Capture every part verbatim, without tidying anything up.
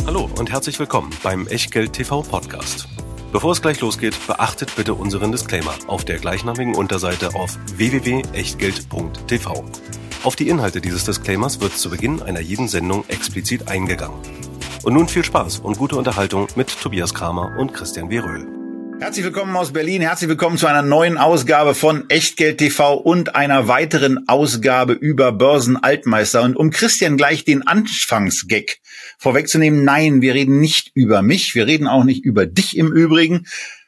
Hallo und herzlich willkommen beim Echtgeld T V Podcast. Bevor es gleich losgeht, beachtet bitte unseren Disclaimer auf der gleichnamigen Unterseite auf w w w punkt echtgeld punkt t v. Auf die Inhalte dieses Disclaimers wird zu Beginn einer jeden Sendung explizit eingegangen. Und nun viel Spaß und gute Unterhaltung mit Tobias Kramer und Christian W. Röhl. Herzlich willkommen aus Berlin, herzlich willkommen zu einer neuen Ausgabe von Echtgeld T V und einer weiteren Ausgabe über Börsenaltmeister. Und um Christian gleich den Anfangsgag vorwegzunehmen, nein, wir reden nicht über mich, wir reden auch nicht über dich im Übrigen,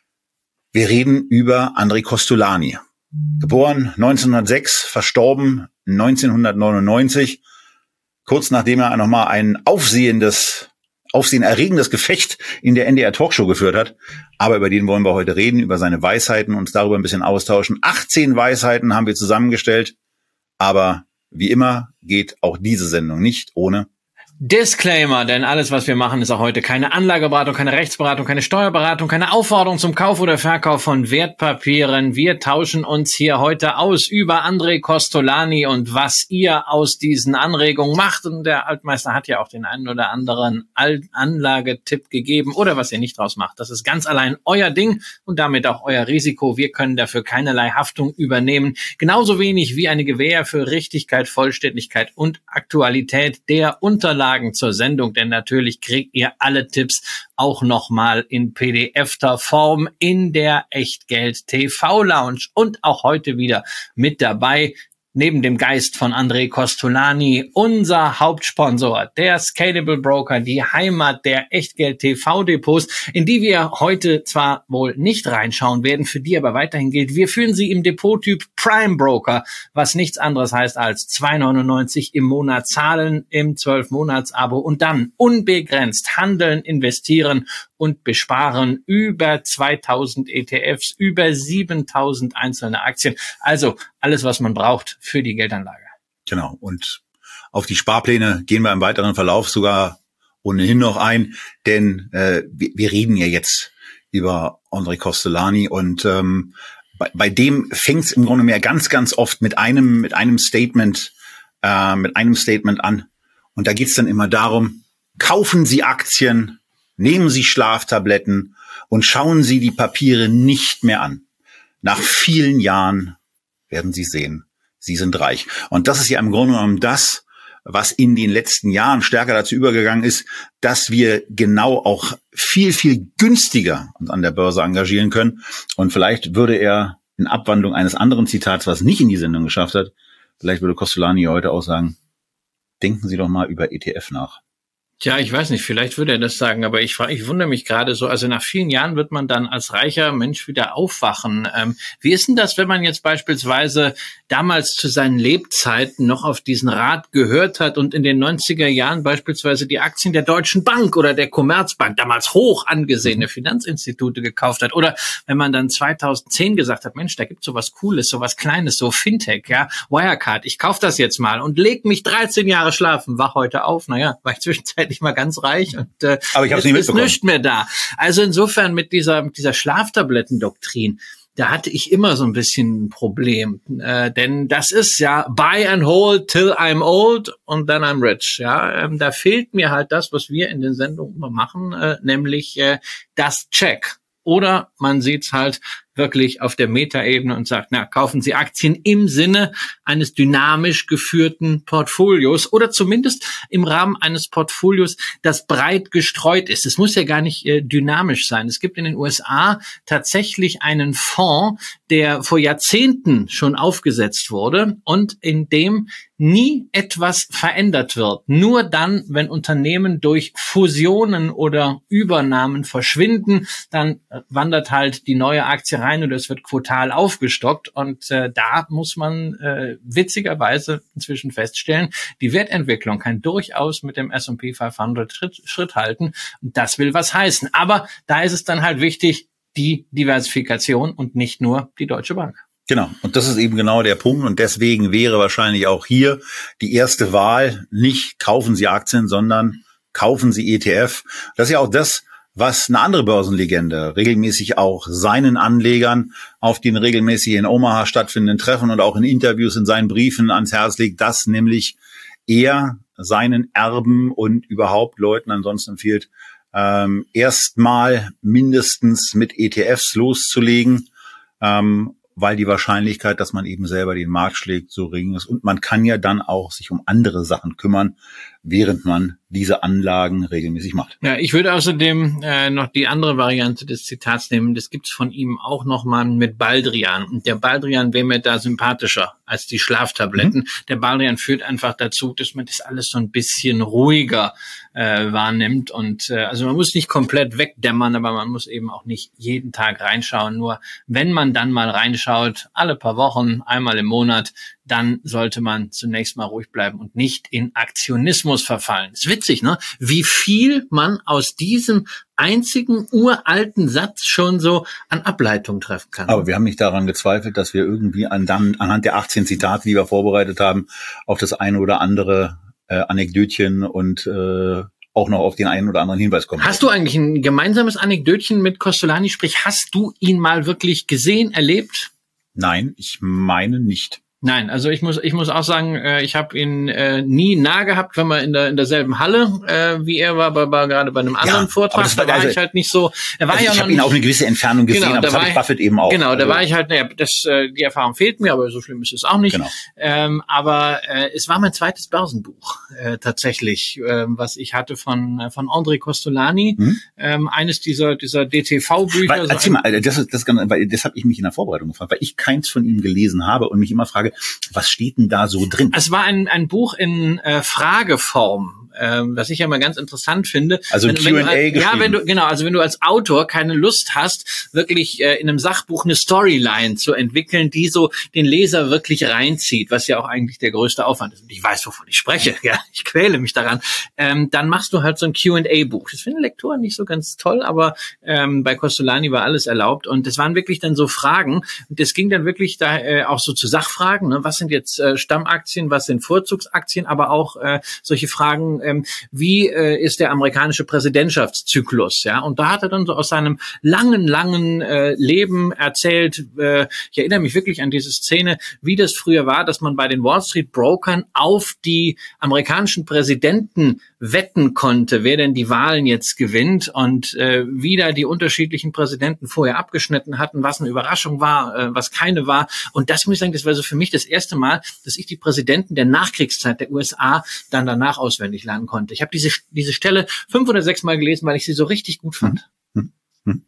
wir reden über André Kostolany. Geboren neunzehnhundertsechs, verstorben neunzehnhundertneunundneunzig, kurz nachdem er nochmal ein aufsehendes aufsehenerregendes Gefecht in der N D R Talkshow geführt hat. Aber über den wollen wir heute reden, über seine Weisheiten, uns darüber ein bisschen austauschen. achtzehn Weisheiten haben wir zusammengestellt. Aber wie immer geht auch diese Sendung nicht ohne Disclaimer, denn alles, was wir machen, ist auch heute keine Anlageberatung, keine Rechtsberatung, keine Steuerberatung, keine Aufforderung zum Kauf oder Verkauf von Wertpapieren. Wir tauschen uns hier heute aus über André Kostolany und was ihr aus diesen Anregungen macht. Und der Altmeister hat ja auch den einen oder anderen Anlagetipp gegeben oder was ihr nicht draus macht. Das ist ganz allein euer Ding und damit auch euer Risiko. Wir können dafür keinerlei Haftung übernehmen. Genauso wenig wie eine Gewähr für Richtigkeit, Vollständigkeit und Aktualität der Unterlagen zur Sendung, denn natürlich kriegt ihr alle Tipps auch nochmal in P D F-ter Form in der Echtgeld T V Lounge und auch heute wieder mit dabei. Neben dem Geist von André Kostolany, unser Hauptsponsor, der Scalable Broker, die Heimat der Echtgeld-T V-Depots, in die wir heute zwar wohl nicht reinschauen werden, für die aber weiterhin gilt, wir führen sie im Depottyp Prime Broker, was nichts anderes heißt als zwei neunundneunzig im Monat zahlen im zwölf-Monats-Abo und dann unbegrenzt handeln, investieren und besparen über zweitausend E T Fs, über siebentausend einzelne Aktien. Also alles, was man braucht für die Geldanlage. Genau. Und auf die Sparpläne gehen wir im weiteren Verlauf sogar ohnehin noch ein, denn äh, wir, wir reden ja jetzt über André Kostolany und ähm, bei, bei dem fängt es im Grunde mehr ganz, ganz oft mit einem mit einem Statement äh, mit einem Statement an. Und da geht es dann immer darum: Kaufen Sie Aktien, nehmen Sie Schlaftabletten und schauen Sie die Papiere nicht mehr an. Nach vielen Jahren werden Sie sehen, Sie sind reich. Und das ist ja im Grunde genommen das, was in den letzten Jahren stärker dazu übergegangen ist, dass wir genau auch viel, viel günstiger uns an der Börse engagieren können. Und vielleicht würde er in Abwandlung eines anderen Zitats, was nicht in die Sendung geschafft hat, vielleicht würde Kostolany heute auch sagen: Denken Sie doch mal über E T F nach. Tja, ich weiß nicht, vielleicht würde er das sagen, aber ich frage, ich wundere mich gerade so, also nach vielen Jahren wird man dann als reicher Mensch wieder aufwachen. Ähm, wie ist denn das, wenn man jetzt beispielsweise damals zu seinen Lebzeiten noch auf diesen Rat gehört hat und in den neunziger Jahren beispielsweise die Aktien der Deutschen Bank oder der Commerzbank, damals hoch angesehene Finanzinstitute, gekauft hat? Oder wenn man dann zweitausendzehn gesagt hat, Mensch, da gibt's sowas Cooles, sowas Kleines, so Fintech, ja, Wirecard, ich kaufe das jetzt mal und leg mich dreizehn Jahre schlafen, wach heute auf, naja, war ich zwischenzeitlich mal ganz reich und äh, aber ich hab's jetzt nicht ist nichts mehr da. Also insofern mit dieser mit dieser Schlaftablettendoktrin, da hatte ich immer so ein bisschen ein Problem, äh, denn das ist ja buy and hold till I'm old und then I'm rich. Ja, ähm, da fehlt mir halt das, was wir in den Sendungen immer machen, äh, nämlich äh, das Check. Oder man sieht's halt wirklich auf der Metaebene und sagt, na, kaufen Sie Aktien im Sinne eines dynamisch geführten Portfolios oder zumindest im Rahmen eines Portfolios, das breit gestreut ist. Es muss ja gar nicht äh, dynamisch sein. Es gibt in den U S A tatsächlich einen Fonds, der vor Jahrzehnten schon aufgesetzt wurde und in dem nie etwas verändert wird. Nur dann, wenn Unternehmen durch Fusionen oder Übernahmen verschwinden, dann wandert halt die neue Aktie rein oder es wird quotal aufgestockt. Und äh, da muss man äh, witzigerweise inzwischen feststellen, die Wertentwicklung kann durchaus mit dem S und P fünfhundert Schritt, Schritt halten. Und das will was heißen. Aber da ist es dann halt wichtig, die Diversifikation und nicht nur die Deutsche Bank. Genau. Und das ist eben genau der Punkt. Und deswegen wäre wahrscheinlich auch hier die erste Wahl nicht kaufen Sie Aktien, sondern kaufen Sie E T F. Das ist ja auch das, was eine andere Börsenlegende regelmäßig auch seinen Anlegern auf den regelmäßig in Omaha stattfindenden Treffen und auch in Interviews in seinen Briefen ans Herz legt, dass nämlich er seinen Erben und überhaupt Leuten ansonsten empfiehlt, ähm, erstmal mindestens mit E T Fs loszulegen, ähm, weil die Wahrscheinlichkeit, dass man eben selber den Markt schlägt, so gering ist. Und man kann ja dann auch sich um andere Sachen kümmern, während man diese Anlagen regelmäßig macht. Ja, ich würde außerdem äh, noch die andere Variante des Zitats nehmen. Das gibt's von ihm auch nochmal mit Baldrian. Und der Baldrian wäre mir da sympathischer als die Schlaftabletten. Mhm. Der Baldrian führt einfach dazu, dass man das alles so ein bisschen ruhiger äh, wahrnimmt. Und äh, also man muss nicht komplett wegdämmern, aber man muss eben auch nicht jeden Tag reinschauen. Nur wenn man dann mal reinschaut, alle paar Wochen, einmal im Monat, dann sollte man zunächst mal ruhig bleiben und nicht in Aktionismus verfallen. Ist witzig, ne? Wie viel man aus diesem einzigen uralten Satz schon so an Ableitung treffen kann. Aber wir haben nicht daran gezweifelt, dass wir irgendwie an, dann, anhand der achtzehn Zitate, die wir vorbereitet haben, auf das eine oder andere äh, Anekdötchen und äh, auch noch auf den einen oder anderen Hinweis kommen. Hast du eigentlich ein gemeinsames Anekdötchen mit Kostolany? Sprich, hast du ihn mal wirklich gesehen, erlebt? Nein, ich meine nicht. Nein, also ich muss ich muss auch sagen, äh, ich habe ihn äh, nie nah gehabt, wenn man in der in derselben Halle äh, wie er war, aber war gerade bei einem anderen ja, Vortrag, da war also, ich halt nicht so. Er war also ja ich noch habe ihn auf eine gewisse Entfernung gesehen, genau, aber das habe ich Buffett eben auch. Genau, da also, war ich halt, naja, das äh, die Erfahrung fehlt mir, aber so schlimm ist es auch nicht. Genau. Ähm, aber äh, es war mein zweites Börsenbuch äh, tatsächlich, äh, was ich hatte von äh, von André Kostolany, mhm. ähm, eines dieser dieser D T V-Bücher. Weil, erzähl mal, das ist das, weil das habe ich mich in der Vorbereitung gefragt, weil ich keins von ihm gelesen habe und mich immer frage, was steht denn da so drin? Es war ein, ein Buch in äh, Frageform, äh, was ich ja mal ganz interessant finde. Also ein Q and A geschrieben. Ja, wenn du, genau, also wenn du als Autor keine Lust hast, wirklich äh, in einem Sachbuch eine Storyline zu entwickeln, die so den Leser wirklich reinzieht, was ja auch eigentlich der größte Aufwand ist. Und ich weiß, wovon ich spreche, ja, ich quäle mich daran. Ähm, dann machst du halt so ein Q and A-Buch. Das finden Lektoren nicht so ganz toll, aber ähm, bei Kostolany war alles erlaubt. Und das waren wirklich dann so Fragen. Und das ging dann wirklich da äh, auch so zu Sachfragen. Ne? Was sind jetzt äh, Stammaktien, was sind Vorzugsaktien, aber auch äh, solche Fragen, ähm, wie äh, ist der amerikanische Präsidentschaftszyklus, ja? Und da hat er dann so aus seinem langen, langen äh, Leben erzählt, äh, ich erinnere mich wirklich an diese Szene, wie das früher war, dass man bei den Wall Street Brokern auf die amerikanischen Präsidenten wetten konnte, wer denn die Wahlen jetzt gewinnt und äh, wie da die unterschiedlichen Präsidenten vorher abgeschnitten hatten, was eine Überraschung war, äh, was keine war. Und das muss ich sagen, das war so für mich das erste Mal, dass ich die Präsidenten der Nachkriegszeit der U S A dann danach auswendig lernen konnte. Ich habe diese diese Stelle fünf oder sechs Mal gelesen, weil ich sie so richtig gut fand. Hm. Hm.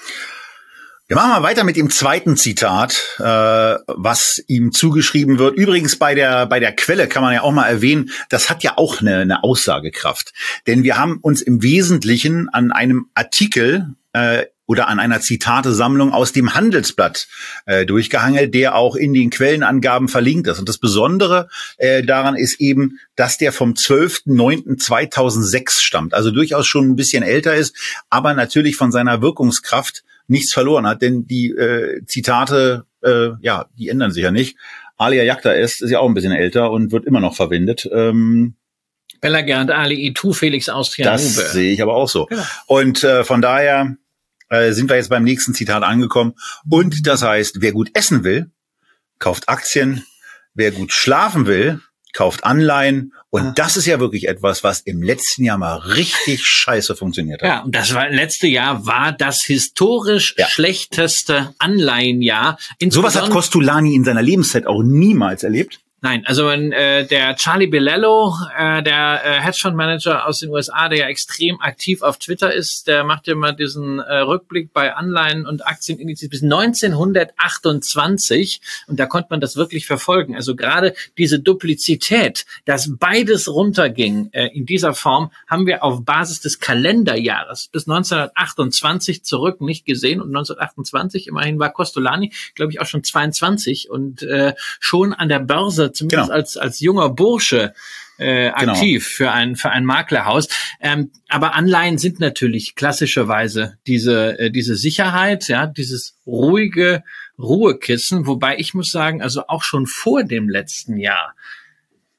Wir machen mal weiter mit dem zweiten Zitat, äh, was ihm zugeschrieben wird. Übrigens bei der bei der Quelle kann man ja auch mal erwähnen, das hat ja auch eine, eine Aussagekraft. Denn wir haben uns im Wesentlichen an einem Artikel äh, oder an einer Zitatesammlung aus dem Handelsblatt äh, durchgehangelt, der auch in den Quellenangaben verlinkt ist. Und das Besondere äh, daran ist eben, dass der vom zwölften neunten zweitausendsechs stammt, also durchaus schon ein bisschen älter ist, aber natürlich von seiner Wirkungskraft nichts verloren hat, denn die äh, Zitate, äh, ja, die ändern sich ja nicht. Alia Jagda ist, ist ja auch ein bisschen älter und wird immer noch verwendet. Ähm, Bella Gerhard Ali, Itu, Felix Austria Das Nube. sehe ich aber auch so. Genau. Und äh, von daher äh, sind wir jetzt beim nächsten Zitat angekommen. Und das heißt, wer gut essen will, kauft Aktien. Wer gut schlafen will, kauft Anleihen. Und ah. das ist ja wirklich etwas, was im letzten Jahr mal richtig scheiße funktioniert hat. Ja, und das war letzte Jahr war das historisch ja. schlechteste Anleihenjahr. Sowas hat Kostolany in seiner Lebenszeit auch niemals erlebt. Nein, also wenn, äh, der Charlie Bilello, äh, der äh, Hedgefondsmanager aus den U S A, der ja extrem aktiv auf Twitter ist, der macht ja mal diesen äh, Rückblick bei Anleihen und Aktienindizes bis neunzehnhundertachtundzwanzig und da konnte man das wirklich verfolgen. Also gerade diese Duplizität, dass beides runterging äh, in dieser Form, haben wir auf Basis des Kalenderjahres bis neunzehnhundertachtundzwanzig zurück nicht gesehen und neunzehnhundertachtundzwanzig immerhin war Kostolany, glaube ich, auch schon zweiundzwanzig und äh, schon an der Börse zumindest genau. als als junger Bursche äh, aktiv genau. für ein für ein Maklerhaus. Ähm, aber Anleihen sind natürlich klassischerweise diese äh, diese Sicherheit, ja, dieses ruhige Ruhekissen. Wobei ich muss sagen, also auch schon vor dem letzten Jahr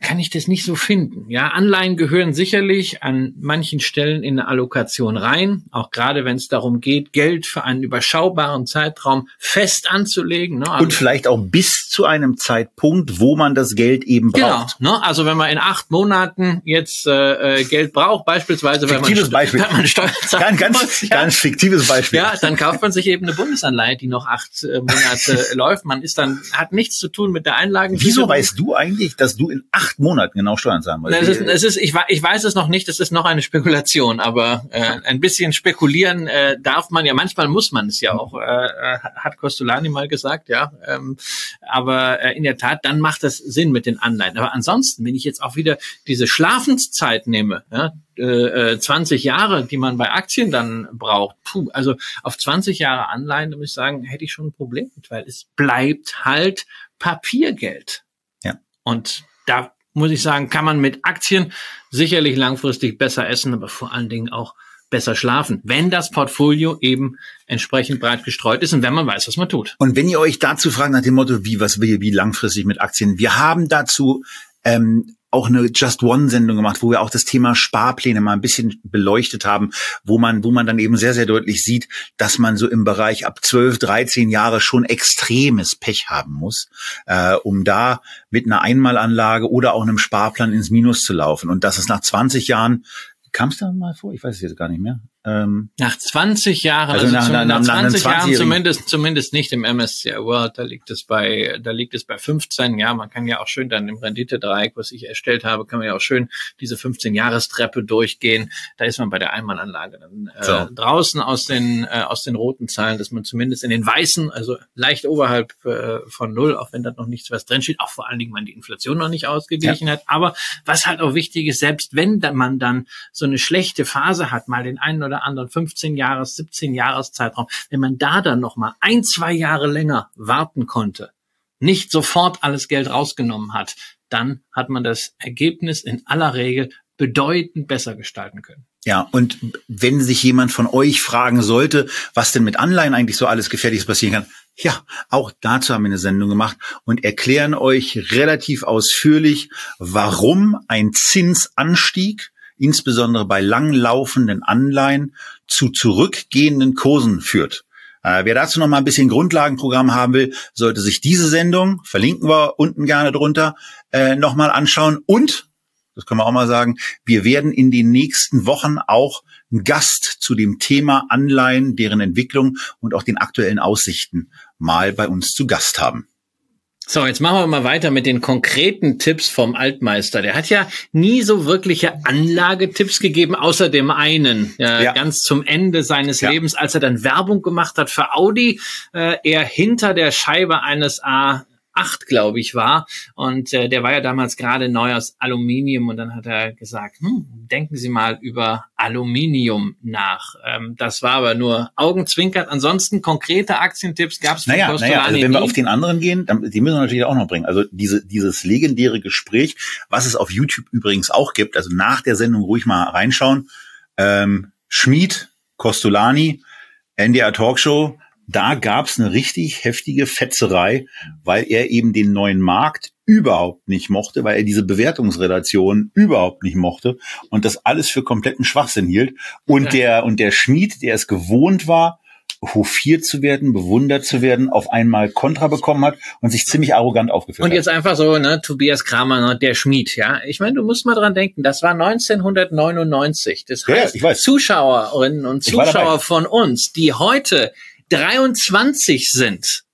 kann ich das nicht so finden. Ja, Anleihen gehören sicherlich an manchen Stellen in eine Allokation rein, auch gerade wenn es darum geht, Geld für einen überschaubaren Zeitraum fest anzulegen. Ne? Also und vielleicht auch bis zu einem Zeitpunkt, wo man das Geld eben braucht. Genau, ne? Also wenn man in acht Monaten jetzt äh, Geld braucht, beispielsweise wenn man, Beispiel. wenn man Steuern zahlen ganz, muss, ganz, ja. ganz fiktives Beispiel. Ja, dann kauft man sich eben eine Bundesanleihe, die noch acht äh, Monate läuft. Man ist dann, hat nichts zu tun mit der Einlagen. Wieso weißt du eigentlich, dass du in acht Monaten genau Steuern zahlen musst? Es ist, es ist, ich, ich weiß es noch nicht, es ist noch eine Spekulation, aber äh, ein bisschen spekulieren äh, darf man ja, manchmal muss man es ja auch, äh, hat Costolani mal gesagt, ja. Ähm, aber äh, in der Tat, dann macht das Sinn mit den Anleihen. Aber ansonsten, wenn ich jetzt auch wieder diese Schlafenszeit nehme, ja, äh, zwanzig Jahre, die man bei Aktien dann braucht, puh, also auf zwanzig Jahre Anleihen, da muss ich sagen, hätte ich schon ein Problem mit, weil es bleibt halt Papiergeld. Ja. Und da muss ich sagen, kann man mit Aktien sicherlich langfristig besser essen, aber vor allen Dingen auch besser schlafen, wenn das Portfolio eben entsprechend breit gestreut ist und wenn man weiß, was man tut. Und wenn ihr euch dazu fragt nach dem Motto, wie, was will ihr, wie langfristig mit Aktien, wir haben dazu ähm, auch eine Just One-Sendung gemacht, wo wir auch das Thema Sparpläne mal ein bisschen beleuchtet haben, wo man, wo man dann eben sehr, sehr deutlich sieht, dass man so im Bereich ab zwölf, dreizehn Jahre schon extremes Pech haben muss, äh, um da mit einer Einmalanlage oder auch einem Sparplan ins Minus zu laufen. Und dass es nach zwanzig Jahren, kam es da mal vor? Ich weiß es jetzt gar nicht mehr. Ähm, nach zwanzig Jahren, also, also nach, zum, nach, nach nach zwanzig Jahren zumindest, zumindest nicht im M S C I World, da liegt es bei, da liegt es bei fünfzehn. Ja, man kann ja auch schön dann im Renditedreieck, was ich erstellt habe, kann man ja auch schön diese fünfzehn-Jahrestreppe durchgehen. Da ist man bei der Einmalanlage dann äh, so. draußen aus den, äh, aus den roten Zahlen, dass man zumindest in den weißen, also leicht oberhalb äh, von null, auch wenn da noch nichts was drin steht, auch vor allen Dingen, wenn die Inflation noch nicht ausgeglichen ja. hat. Aber was halt auch wichtig ist, selbst wenn man dann so eine schlechte Phase hat, mal den einen oder anderen fünfzehn Jahres, siebzehn Jahres Zeitraum, wenn man da dann noch mal ein, zwei Jahre länger warten konnte, nicht sofort alles Geld rausgenommen hat, dann hat man das Ergebnis in aller Regel bedeutend besser gestalten können. Ja, und wenn sich jemand von euch fragen sollte, was denn mit Anleihen eigentlich so alles Gefährliches passieren kann, ja, auch dazu haben wir eine Sendung gemacht und erklären euch relativ ausführlich, warum ein Zinsanstieg insbesondere bei langlaufenden Anleihen zu zurückgehenden Kursen führt. Äh, wer dazu noch mal ein bisschen Grundlagenprogramm haben will, sollte sich diese Sendung, verlinken wir unten gerne drunter, äh, noch mal anschauen. Und, das können wir auch mal sagen, wir werden in den nächsten Wochen auch einen Gast zu dem Thema Anleihen, deren Entwicklung und auch den aktuellen Aussichten mal bei uns zu Gast haben. So, jetzt machen wir mal weiter mit den konkreten Tipps vom Altmeister. Der hat ja nie so wirkliche Anlagetipps gegeben, außer dem einen, äh, ja. ganz zum Ende seines ja. Lebens, als er dann Werbung gemacht hat für Audi, äh, er hinter der Scheibe eines A acht, glaube ich, war. Und äh, der war ja damals gerade neu aus Aluminium. Und dann hat er gesagt, hm, denken Sie mal über Aluminium nach. Ähm, das war aber nur Augenzwinkern. Ansonsten konkrete Aktientipps gab es von naja, Costolani naja, also wenn nie. wir auf den anderen gehen, dann, die müssen wir natürlich auch noch bringen. Also diese dieses legendäre Gespräch, was es auf YouTube übrigens auch gibt, also nach der Sendung ruhig mal reinschauen. Ähm, Schmid, Costolani, N D R Talkshow, da gab's eine richtig heftige Fetzerei, weil er eben den neuen Markt überhaupt nicht mochte, weil er diese Bewertungsrelation überhaupt nicht mochte und das alles für kompletten Schwachsinn hielt. Und ja. der und der Schmied, der es gewohnt war, hofiert zu werden, bewundert zu werden, auf einmal Kontra bekommen hat und sich ziemlich arrogant aufgeführt hat. Und jetzt hat. einfach so, ne, Tobias Kramer, ne, der Schmied, ja. Ich meine, du musst mal dran denken, das war neunzehnhundertneunundneunzig. Das heißt, ja, Zuschauerinnen und Zuschauer von uns, die heute dreiundzwanzig sind,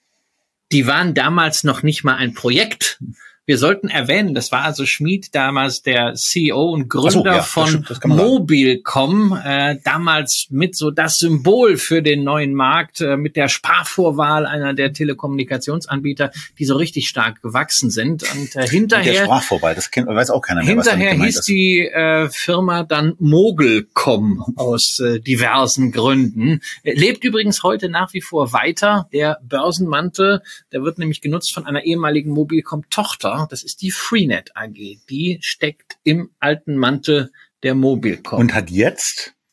die waren damals noch nicht mal ein Projekt. Wir sollten erwähnen, das war also Schmid, damals der C E O und Gründer so, ja, von Mobilcom, äh, damals mit so das Symbol für den neuen Markt, äh, mit der Sparvorwahl einer der Telekommunikationsanbieter, die so richtig stark gewachsen sind. Und äh, hinterher... Mit der Sprachvorwahl, das kennt, weiß auch keiner mehr, hinterher was hieß ist. die äh, Firma dann Mogilcom aus äh, diversen Gründen. Lebt übrigens heute nach wie vor weiter. Der Börsenmantel, der wird nämlich genutzt von einer ehemaligen Mobilcom-Tochter. Das ist die Freenet A G. Die steckt im alten Mantel der Mobilcom. Und hat jetzt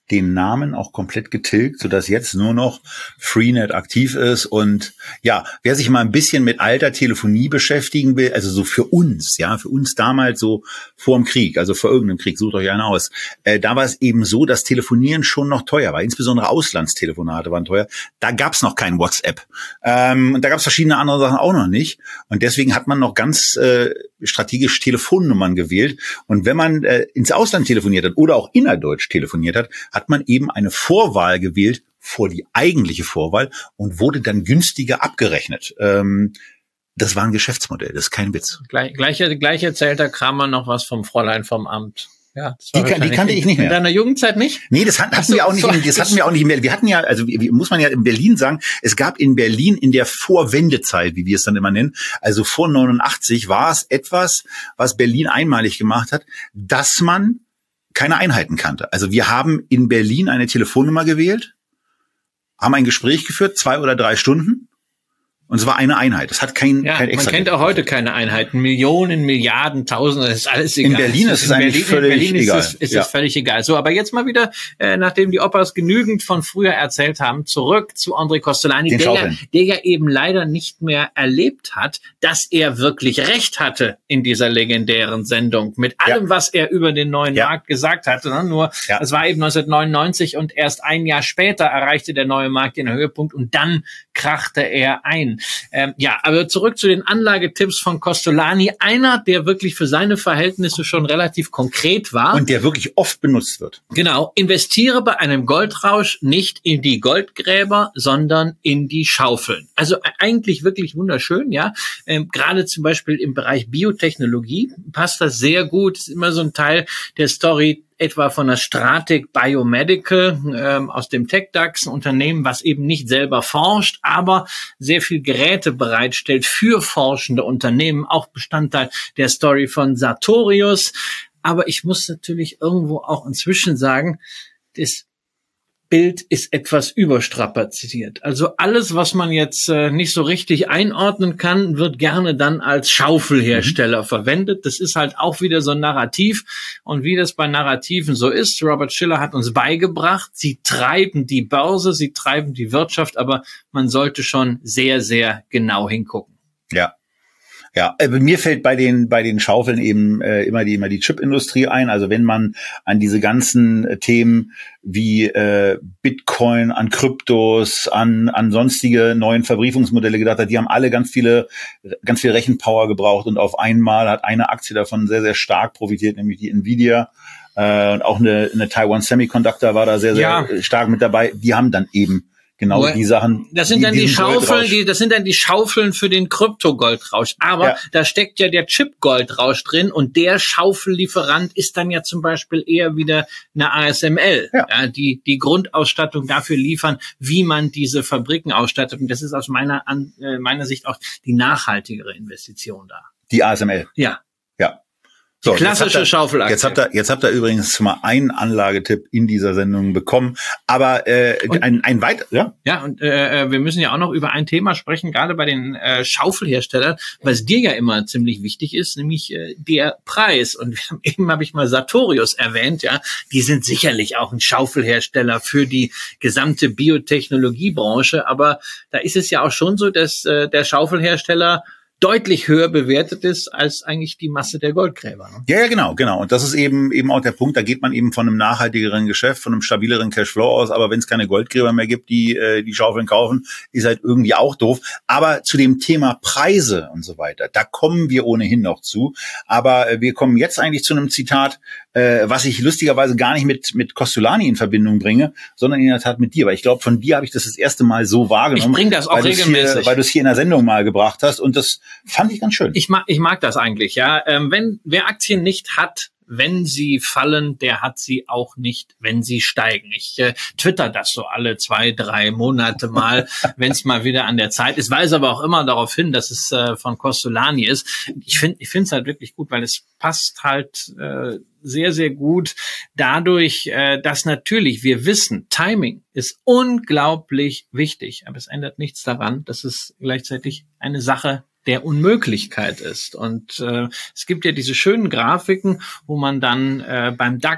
den Namen auch komplett getilgt, sodass jetzt nur noch Freenet aktiv ist. Und ja, wer sich mal ein bisschen mit alter Telefonie beschäftigen will, also so für uns, ja, für uns damals so vor dem Krieg, also vor irgendeinem Krieg, sucht euch einen aus, äh, da war es eben so, dass Telefonieren schon noch teuer war. Insbesondere Auslandstelefonate waren teuer. Da gab es noch kein WhatsApp. Ähm, und da gab es verschiedene andere Sachen auch noch nicht. Und deswegen hat man noch ganz äh, strategisch Telefonnummern gewählt. Und wenn man äh, ins Ausland telefoniert hat oder auch innerdeutsch telefoniert hat, hat man eben eine Vorwahl gewählt vor die eigentliche Vorwahl und wurde dann günstiger abgerechnet. Ähm, das war ein Geschäftsmodell, das ist kein Witz. Gleich, gleich, gleich erzählt der Kramer noch was vom Fräulein vom Amt. Ja, das war die, kann, die kannte ich nicht mehr. In deiner Jugendzeit nicht? Nee, das hatten so, wir auch nicht. So, in, das hatten wir auch nicht mehr. Wir hatten ja, also wie, muss man ja in Berlin sagen, es gab in Berlin in der Vorwendezeit, wie wir es dann immer nennen, also vor neunundachtzig, war es etwas, was Berlin einmalig gemacht hat, dass man keine Einheiten kannte. Also wir haben in Berlin eine Telefonnummer gewählt, haben ein Gespräch geführt, zwei oder drei Stunden. Und es war eine Einheit. Das hat kein, ja, kein extra. Man kennt auch heute keine Einheiten. Millionen, Milliarden, Tausende, das ist alles egal. In Berlin ist es eigentlich völlig in Berlin egal. Ist es, ist ja. es völlig egal. So, aber jetzt mal wieder, äh, nachdem die Opas genügend von früher erzählt haben, zurück zu André Kostolany, der ja, der ja eben leider nicht mehr erlebt hat, dass er wirklich recht hatte in dieser legendären Sendung. Mit allem, ja. was er über den neuen ja. Markt gesagt hatte. Ne? Nur, ja. es war eben neunzehnhundertneunundneunzig und erst ein Jahr später erreichte der neue Markt den Höhepunkt und dann krachte er ein. Ähm, ja, aber zurück zu den Anlagetipps von Kostolany. Einer, der wirklich für seine Verhältnisse schon relativ konkret war. Und der wirklich oft benutzt wird. Genau. Investiere bei einem Goldrausch nicht in die Goldgräber, sondern in die Schaufeln. Also eigentlich wirklich wunderschön, ja. Ähm, gerade zum Beispiel im Bereich Biotechnologie passt das sehr gut. Das ist immer so ein Teil der Story, etwa von der Stratic Biomedical ähm, aus dem TechDAX, ein Unternehmen, was eben nicht selber forscht, aber sehr viel Geräte bereitstellt für forschende Unternehmen, auch Bestandteil der Story von Sartorius. Aber ich muss natürlich irgendwo auch inzwischen sagen, das Bild ist etwas überstrapaziert. Also alles, was man jetzt äh, nicht so richtig einordnen kann, wird gerne dann als Schaufelhersteller mhm. verwendet. Das ist halt auch wieder so ein Narrativ. Und wie das bei Narrativen so ist, Robert Shiller hat uns beigebracht, sie treiben die Börse, sie treiben die Wirtschaft, aber man sollte schon sehr, sehr genau hingucken. Ja. Ja, äh, mir fällt bei den bei den Schaufeln eben äh, immer die immer die Chipindustrie ein. Also wenn man an diese ganzen äh, Themen wie äh, Bitcoin, an Kryptos, an an sonstige neuen Verbriefungsmodelle gedacht hat, die haben alle ganz viele ganz viel Rechenpower gebraucht und auf einmal hat eine Aktie davon sehr sehr stark profitiert, nämlich die Nvidia. Äh, und auch eine, eine Taiwan Semiconductor war da sehr sehr ja. stark mit dabei. Die haben dann eben genau Nur, die Sachen. Das sind die, dann die Schaufeln, die, das sind dann die Schaufeln für den Krypto-Goldrausch. Aber ja. da steckt ja der Chip-Goldrausch drin und der Schaufellieferant ist dann ja zum Beispiel eher wieder eine A S M L, ja. Ja, die die Grundausstattung dafür liefern, wie man diese Fabriken ausstattet. Und das ist aus meiner an, äh, meiner Sicht auch die nachhaltigere Investition da. Die A S M L? Ja. Ja. So, klassische Schaufelaktie. Jetzt habt ihr, jetzt habt ihr übrigens schon mal einen Anlagetipp in dieser Sendung bekommen. Aber äh, und, ein, ein weit, ja. Ja, und äh, wir müssen ja auch noch über ein Thema sprechen, gerade bei den äh, Schaufelherstellern, was dir ja immer ziemlich wichtig ist, nämlich äh, der Preis. Und wir haben, eben habe ich mal Sartorius erwähnt, ja, die sind sicherlich auch ein Schaufelhersteller für die gesamte Biotechnologiebranche. Aber da ist es ja auch schon so, dass äh, der Schaufelhersteller deutlich höher bewertet ist als eigentlich die Masse der Goldgräber. Ne? Ja, ja, genau, genau. Und das ist eben eben auch der Punkt, da geht man eben von einem nachhaltigeren Geschäft, von einem stabileren Cashflow aus, aber wenn es keine Goldgräber mehr gibt, die äh, die Schaufeln kaufen, ist halt irgendwie auch doof. Aber zu dem Thema Preise und so weiter, da kommen wir ohnehin noch zu. Aber äh, wir kommen jetzt eigentlich zu einem Zitat, äh, was ich lustigerweise gar nicht mit mit Kostolany in Verbindung bringe, sondern in der Tat mit dir. Weil ich glaube, von dir habe ich das das erste Mal so wahrgenommen. Ich bringe das auch weil regelmäßig. Hier, weil du es hier in der Sendung mal gebracht hast und das fand ich ganz schön. Ich mag, ich mag das eigentlich, ja. Ähm, wenn, wer Aktien nicht hat, wenn sie fallen, der hat sie auch nicht, wenn sie steigen. Ich äh, twitter das so alle zwei, drei Monate mal, wenn es mal wieder an der Zeit ist. Weise aber auch immer darauf hin, dass es äh, von Kostolany ist. Ich finde, ich finde es halt wirklich gut, weil es passt halt äh, sehr, sehr gut dadurch, äh, dass natürlich wir wissen, Timing ist unglaublich wichtig, aber es ändert nichts daran, dass es gleichzeitig eine Sache der Unmöglichkeit ist. Und äh, es gibt ja diese schönen Grafiken, wo man dann äh, beim DAX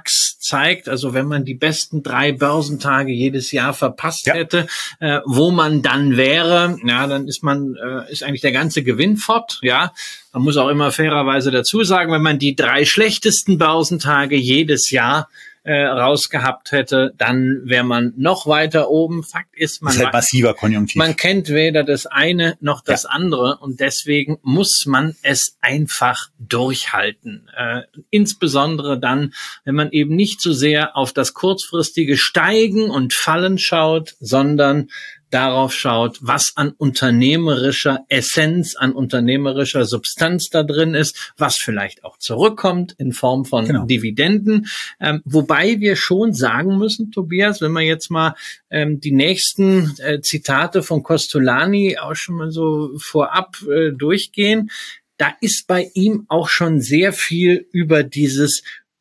zeigt, also wenn man die besten drei Börsentage jedes Jahr verpasst ja. hätte, äh, wo man dann wäre, ja, dann ist man, äh, ist eigentlich der ganze Gewinn fort, ja. Man muss auch immer fairerweise dazu sagen, wenn man die drei schlechtesten Börsentage jedes Jahr äh, rausgehabt hätte, dann wäre man noch weiter oben. Fakt ist, man, das ist halt massiver Konjunktiv. Man kennt weder das eine noch das ja. andere und deswegen muss man es einfach durchhalten. Äh, insbesondere dann, wenn man eben nicht so sehr auf das kurzfristige Steigen und Fallen schaut, sondern darauf schaut, was an unternehmerischer Essenz, an unternehmerischer Substanz da drin ist, was vielleicht auch zurückkommt in Form von genau. Dividenden. Ähm, wobei wir schon sagen müssen, Tobias, wenn wir jetzt mal ähm, die nächsten äh, Zitate von Kostolany auch schon mal so vorab äh, durchgehen, da ist bei ihm auch schon sehr viel über dieses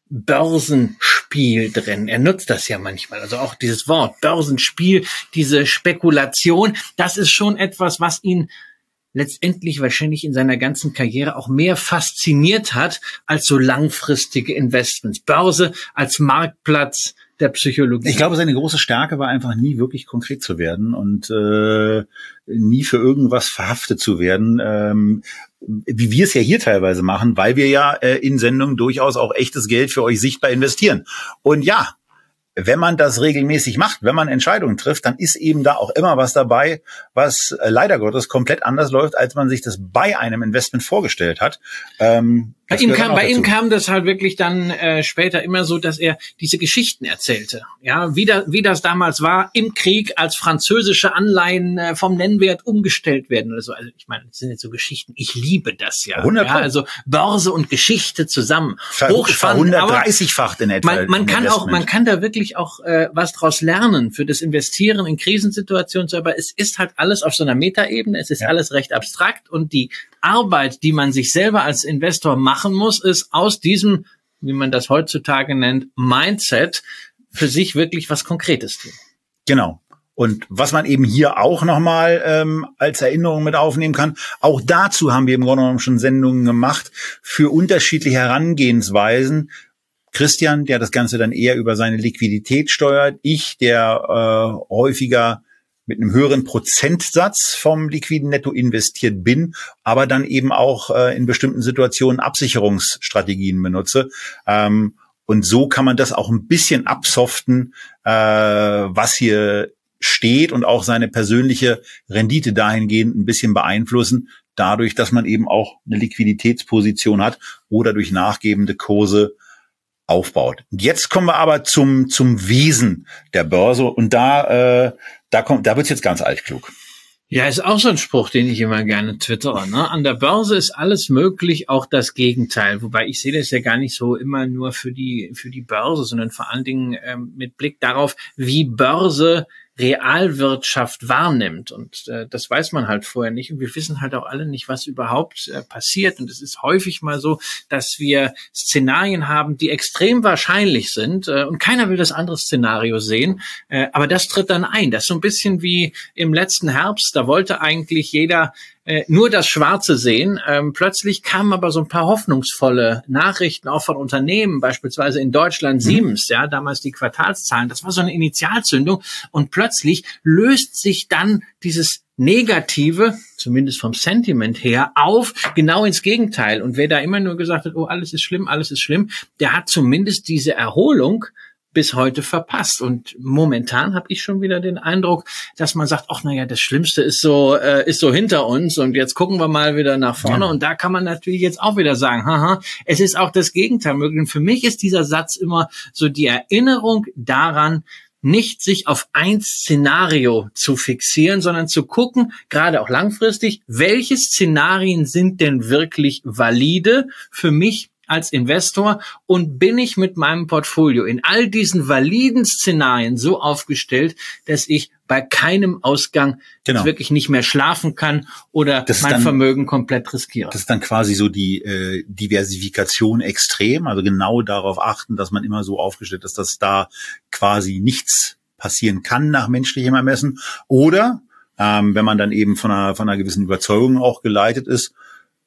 Börsenspiel drin. Er nutzt das ja manchmal, also auch dieses Wort Börsenspiel, diese Spekulation, das ist schon etwas, was ihn letztendlich wahrscheinlich in seiner ganzen Karriere auch mehr fasziniert hat als so langfristige Investments. Börse als Marktplatz der Psychologie. Ich glaube, seine große Stärke war einfach nie wirklich konkret zu werden und äh, nie für irgendwas verhaftet zu werden, ähm, wie wir es ja hier teilweise machen, weil wir ja äh, in Sendungen durchaus auch echtes Geld für euch sichtbar investieren. Und ja, wenn man das regelmäßig macht, wenn man Entscheidungen trifft, dann ist eben da auch immer was dabei, was äh, leider Gottes komplett anders läuft, als man sich das bei einem Investment vorgestellt hat. Ähm, Bei ihm kam, bei ihm kam das halt wirklich dann äh, später immer so, dass er diese Geschichten erzählte. Ja, wie, da, wie das damals war im Krieg, als französische Anleihen äh, vom Nennwert umgestellt werden oder so. Also ich meine, das sind jetzt so Geschichten. Ich liebe das ja. hundert Ja, also Börse und Geschichte zusammen. Ver- hundertdreißigfacht in etwa. Man, man kann auch, man kann da wirklich auch äh, was draus lernen für das Investieren in Krisensituationen. Aber es ist halt alles auf so einer Metaebene. Es ist ja. alles recht abstrakt und die Arbeit, die man sich selber als Investor machen muss, ist aus diesem, wie man das heutzutage nennt, Mindset für sich wirklich was Konkretes tun. Genau. Und was man eben hier auch nochmal ähm, als Erinnerung mit aufnehmen kann, auch dazu haben wir im Grunde genommen schon Sendungen gemacht für unterschiedliche Herangehensweisen. Christian, der das Ganze dann eher über seine Liquidität steuert, ich, der äh, häufiger mit einem höheren Prozentsatz vom liquiden Netto investiert bin, aber dann eben auch äh, in bestimmten Situationen Absicherungsstrategien benutze. Ähm, und so kann man das auch ein bisschen absoften, äh, was hier steht und auch seine persönliche Rendite dahingehend ein bisschen beeinflussen, dadurch, dass man eben auch eine Liquiditätsposition hat oder durch nachgebende Kurse aufbaut. Und jetzt kommen wir aber zum zum Wesen der Börse und da äh, da kommt da wird's jetzt ganz altklug. Ja, ist auch so ein Spruch, den ich immer gerne twittere. Ne? An der Börse ist alles möglich, auch das Gegenteil. Wobei ich sehe das ja gar nicht so immer nur für die für die Börse, sondern vor allen Dingen ähm, mit Blick darauf, wie Börse Realwirtschaft wahrnimmt. Und äh, das weiß man halt vorher nicht. Und wir wissen halt auch alle nicht, was überhaupt äh, passiert. Und es ist häufig mal so, dass wir Szenarien haben, die extrem wahrscheinlich sind. Äh, und keiner will das andere Szenario sehen. Äh, aber das tritt dann ein. Das ist so ein bisschen wie im letzten Herbst. Da wollte eigentlich jeder äh, nur das Schwarze sehen. Ähm, plötzlich kamen aber so ein paar hoffnungsvolle Nachrichten auch von Unternehmen, beispielsweise in Deutschland mhm. Siemens, ja, damals die Quartalszahlen. Das war so eine Initialzündung. Und plötzlich löst sich dann dieses Negative, zumindest vom Sentiment her, auf, genau ins Gegenteil. Und wer da immer nur gesagt hat, oh, alles ist schlimm, alles ist schlimm, der hat zumindest diese Erholung bis heute verpasst. Und momentan habe ich schon wieder den Eindruck, dass man sagt, ach naja, das Schlimmste ist so äh, ist so hinter uns und jetzt gucken wir mal wieder nach vorne. Ja. Und da kann man natürlich jetzt auch wieder sagen, haha, es ist auch das Gegenteil möglich. Und für mich ist dieser Satz immer so die Erinnerung daran, nicht sich auf ein Szenario zu fixieren, sondern zu gucken, gerade auch langfristig, welche Szenarien sind denn wirklich valide für mich als Investor und bin ich mit meinem Portfolio in all diesen validen Szenarien so aufgestellt, dass ich bei keinem Ausgang genau. wirklich nicht mehr schlafen kann oder das mein dann, Vermögen komplett riskiere. Das ist dann quasi so die äh, Diversifikation extrem, also genau darauf achten, dass man immer so aufgestellt ist, dass da quasi nichts passieren kann nach menschlichem Ermessen. Oder ähm, wenn man dann eben von einer, von einer gewissen Überzeugung auch geleitet ist,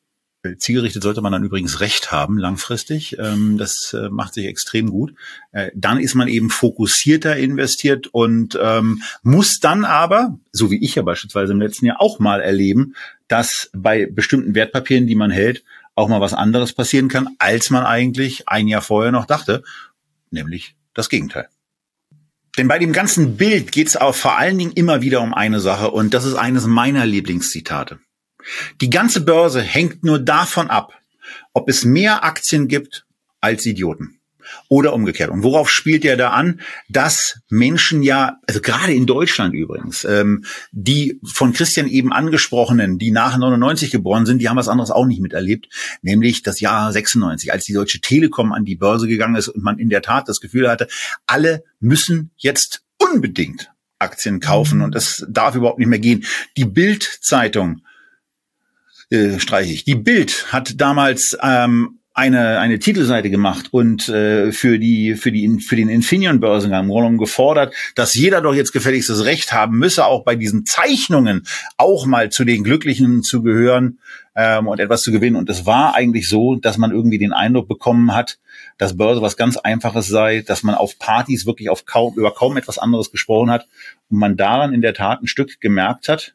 zielgerichtet sollte man dann übrigens recht haben, langfristig. Ähm, das äh, macht sich extrem gut. Äh, dann ist man eben fokussierter investiert und ähm, muss dann aber, so wie ich ja beispielsweise im letzten Jahr auch mal erleben, dass bei bestimmten Wertpapieren, die man hält, auch mal was anderes passieren kann, als man eigentlich ein Jahr vorher noch dachte, nämlich das Gegenteil. Denn bei dem ganzen Bild geht es auch vor allen Dingen immer wieder um eine Sache und das ist eines meiner Lieblingszitate. Die ganze Börse hängt nur davon ab, ob es mehr Aktien gibt als Idioten. Oder umgekehrt. Und worauf spielt er da an? Dass Menschen ja, also gerade in Deutschland übrigens, ähm, die von Christian eben angesprochenen, die nach neunundneunzig geboren sind, die haben was anderes auch nicht miterlebt, nämlich das Jahr sechsundneunzig, als die Deutsche Telekom an die Börse gegangen ist und man in der Tat das Gefühl hatte, alle müssen jetzt unbedingt Aktien kaufen und das darf überhaupt nicht mehr gehen. Die Bild-Zeitung, äh, streiche ich, die Bild hat damals ähm, eine eine Titelseite gemacht und äh, für die für die für den Infineon-Börsengang gefordert, dass jeder doch jetzt gefälligst das Recht haben müsse, auch bei diesen Zeichnungen auch mal zu den Glücklichen zu gehören ähm, und etwas zu gewinnen. Und es war eigentlich so, dass man irgendwie den Eindruck bekommen hat, dass Börse was ganz Einfaches sei, dass man auf Partys wirklich auf kaum über kaum etwas anderes gesprochen hat und man daran in der Tat ein Stück gemerkt hat,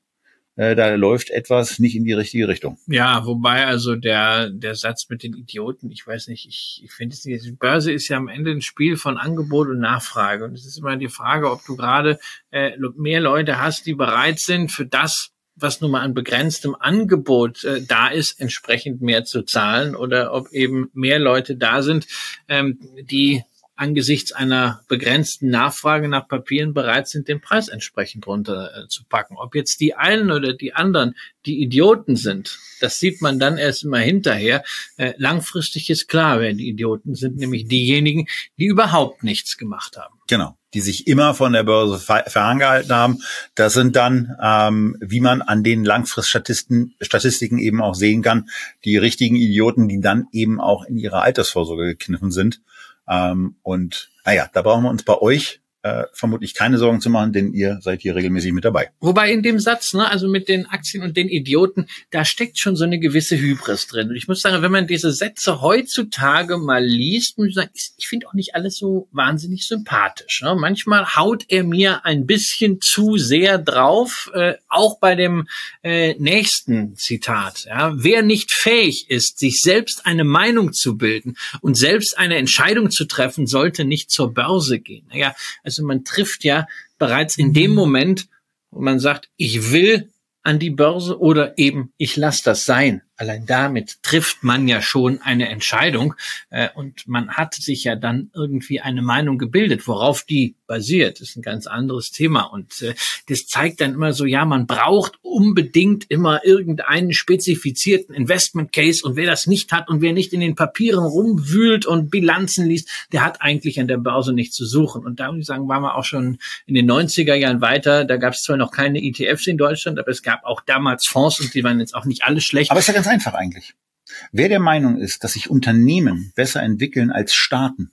da läuft etwas nicht in die richtige Richtung. Ja, wobei also der der Satz mit den Idioten, ich weiß nicht, ich, ich finde es nicht, die Börse ist ja am Ende ein Spiel von Angebot und Nachfrage und es ist immer die Frage, ob du gerade äh, mehr Leute hast, die bereit sind, für das, was nun mal an begrenztem Angebot äh, da ist, entsprechend mehr zu zahlen oder ob eben mehr Leute da sind, ähm, die angesichts einer begrenzten Nachfrage nach Papieren bereit sind, den Preis entsprechend runter äh, zu packen. Ob jetzt die einen oder die anderen die Idioten sind, das sieht man dann erst immer hinterher. Äh, langfristig ist klar, wer die Idioten sind, nämlich diejenigen, die überhaupt nichts gemacht haben. Genau, die sich immer von der Börse ferngehalten haben. Das sind dann, ähm, wie man an den Langfriststatistiken Statistiken eben auch sehen kann, die richtigen Idioten, die dann eben auch in ihrer Altersvorsorge gekniffen sind. Ähm, und naja, da brauchen wir uns bei euch äh, vermutlich keine Sorgen zu machen, denn ihr seid hier regelmäßig mit dabei. Wobei in dem Satz, ne, also mit den Aktien und den Idioten, da steckt schon so eine gewisse Hybris drin. Und ich muss sagen, wenn man diese Sätze heutzutage mal liest, muss ich sagen, ich finde auch nicht alles so wahnsinnig sympathisch. Ne? Manchmal haut er mir ein bisschen zu sehr drauf, äh, auch bei dem äh, nächsten Zitat. Ja? Wer nicht fähig ist, sich selbst eine Meinung zu bilden und selbst eine Entscheidung zu treffen, sollte nicht zur Börse gehen. Naja, also man trifft ja bereits in dem Moment, wo man sagt, ich will an die Börse oder eben ich lasse das sein. Allein damit trifft man ja schon eine Entscheidung äh, und man hat sich ja dann irgendwie eine Meinung gebildet, worauf die basiert. Das ist ein ganz anderes Thema und äh, das zeigt dann immer so, ja, man braucht unbedingt immer irgendeinen spezifizierten Investment Case und wer das nicht hat und wer nicht in den Papieren rumwühlt und Bilanzen liest, der hat eigentlich an der Börse nichts zu suchen. Und da muss ich sagen, waren wir auch schon in den neunziger Jahren weiter. Da gab es zwar noch keine E T Fs in Deutschland, aber es gab auch damals Fonds und die waren jetzt auch nicht alle schlecht. Aber es ist ja ganz einfach eigentlich. Wer der Meinung ist, dass sich Unternehmen besser entwickeln als Staaten,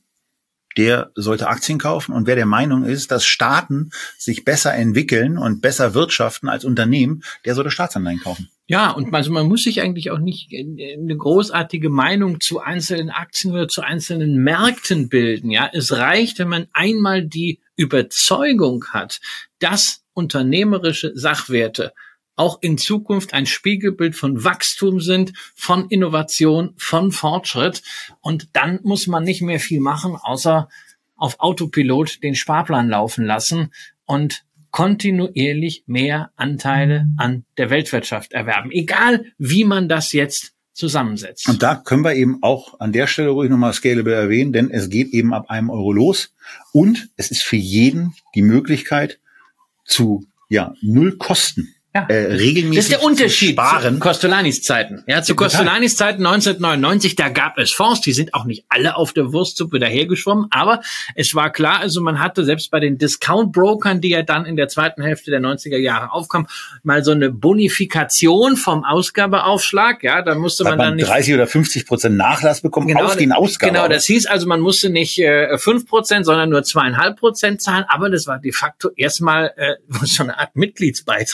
der sollte Aktien kaufen. Und wer der Meinung ist, dass Staaten sich besser entwickeln und besser wirtschaften als Unternehmen, der sollte Staatsanleihen kaufen. Ja, und also man muss sich eigentlich auch nicht eine großartige Meinung zu einzelnen Aktien oder zu einzelnen Märkten bilden. Ja, es reicht, wenn man einmal die Überzeugung hat, dass unternehmerische Sachwerte auch in Zukunft ein Spiegelbild von Wachstum sind, von Innovation, von Fortschritt. Und dann muss man nicht mehr viel machen, außer auf Autopilot den Sparplan laufen lassen und kontinuierlich mehr Anteile an der Weltwirtschaft erwerben. Egal, wie man das jetzt zusammensetzt. Und da können wir eben auch an der Stelle ruhig nochmal Scalable erwähnen, denn es geht eben ab einem Euro los. Und es ist für jeden die Möglichkeit zu ja null Kosten. Ja, äh, regelmäßig das ist der Unterschied sparen. zu Costolanis Zeiten. Ja, zu Costolanis Zeiten neunzehnhundertneunundneunzig, da gab es Fonds, die sind auch nicht alle auf der Wurstsuppe dahergeschwommen, aber es war klar, also man hatte selbst bei den Discount-Brokern, die ja dann in der zweiten Hälfte der neunziger Jahre aufkamen, mal so eine Bonifikation vom Ausgabeaufschlag. Ja, da musste man, man dann nicht dreißig oder fünfzig Prozent Nachlass bekommen genau, auf den Ausgaben. Genau, das hieß also, man musste nicht äh, fünf Prozent, sondern nur zwei Komma fünf Prozent zahlen, aber das war de facto erstmal äh, so eine Art Mitgliedsbeitrag.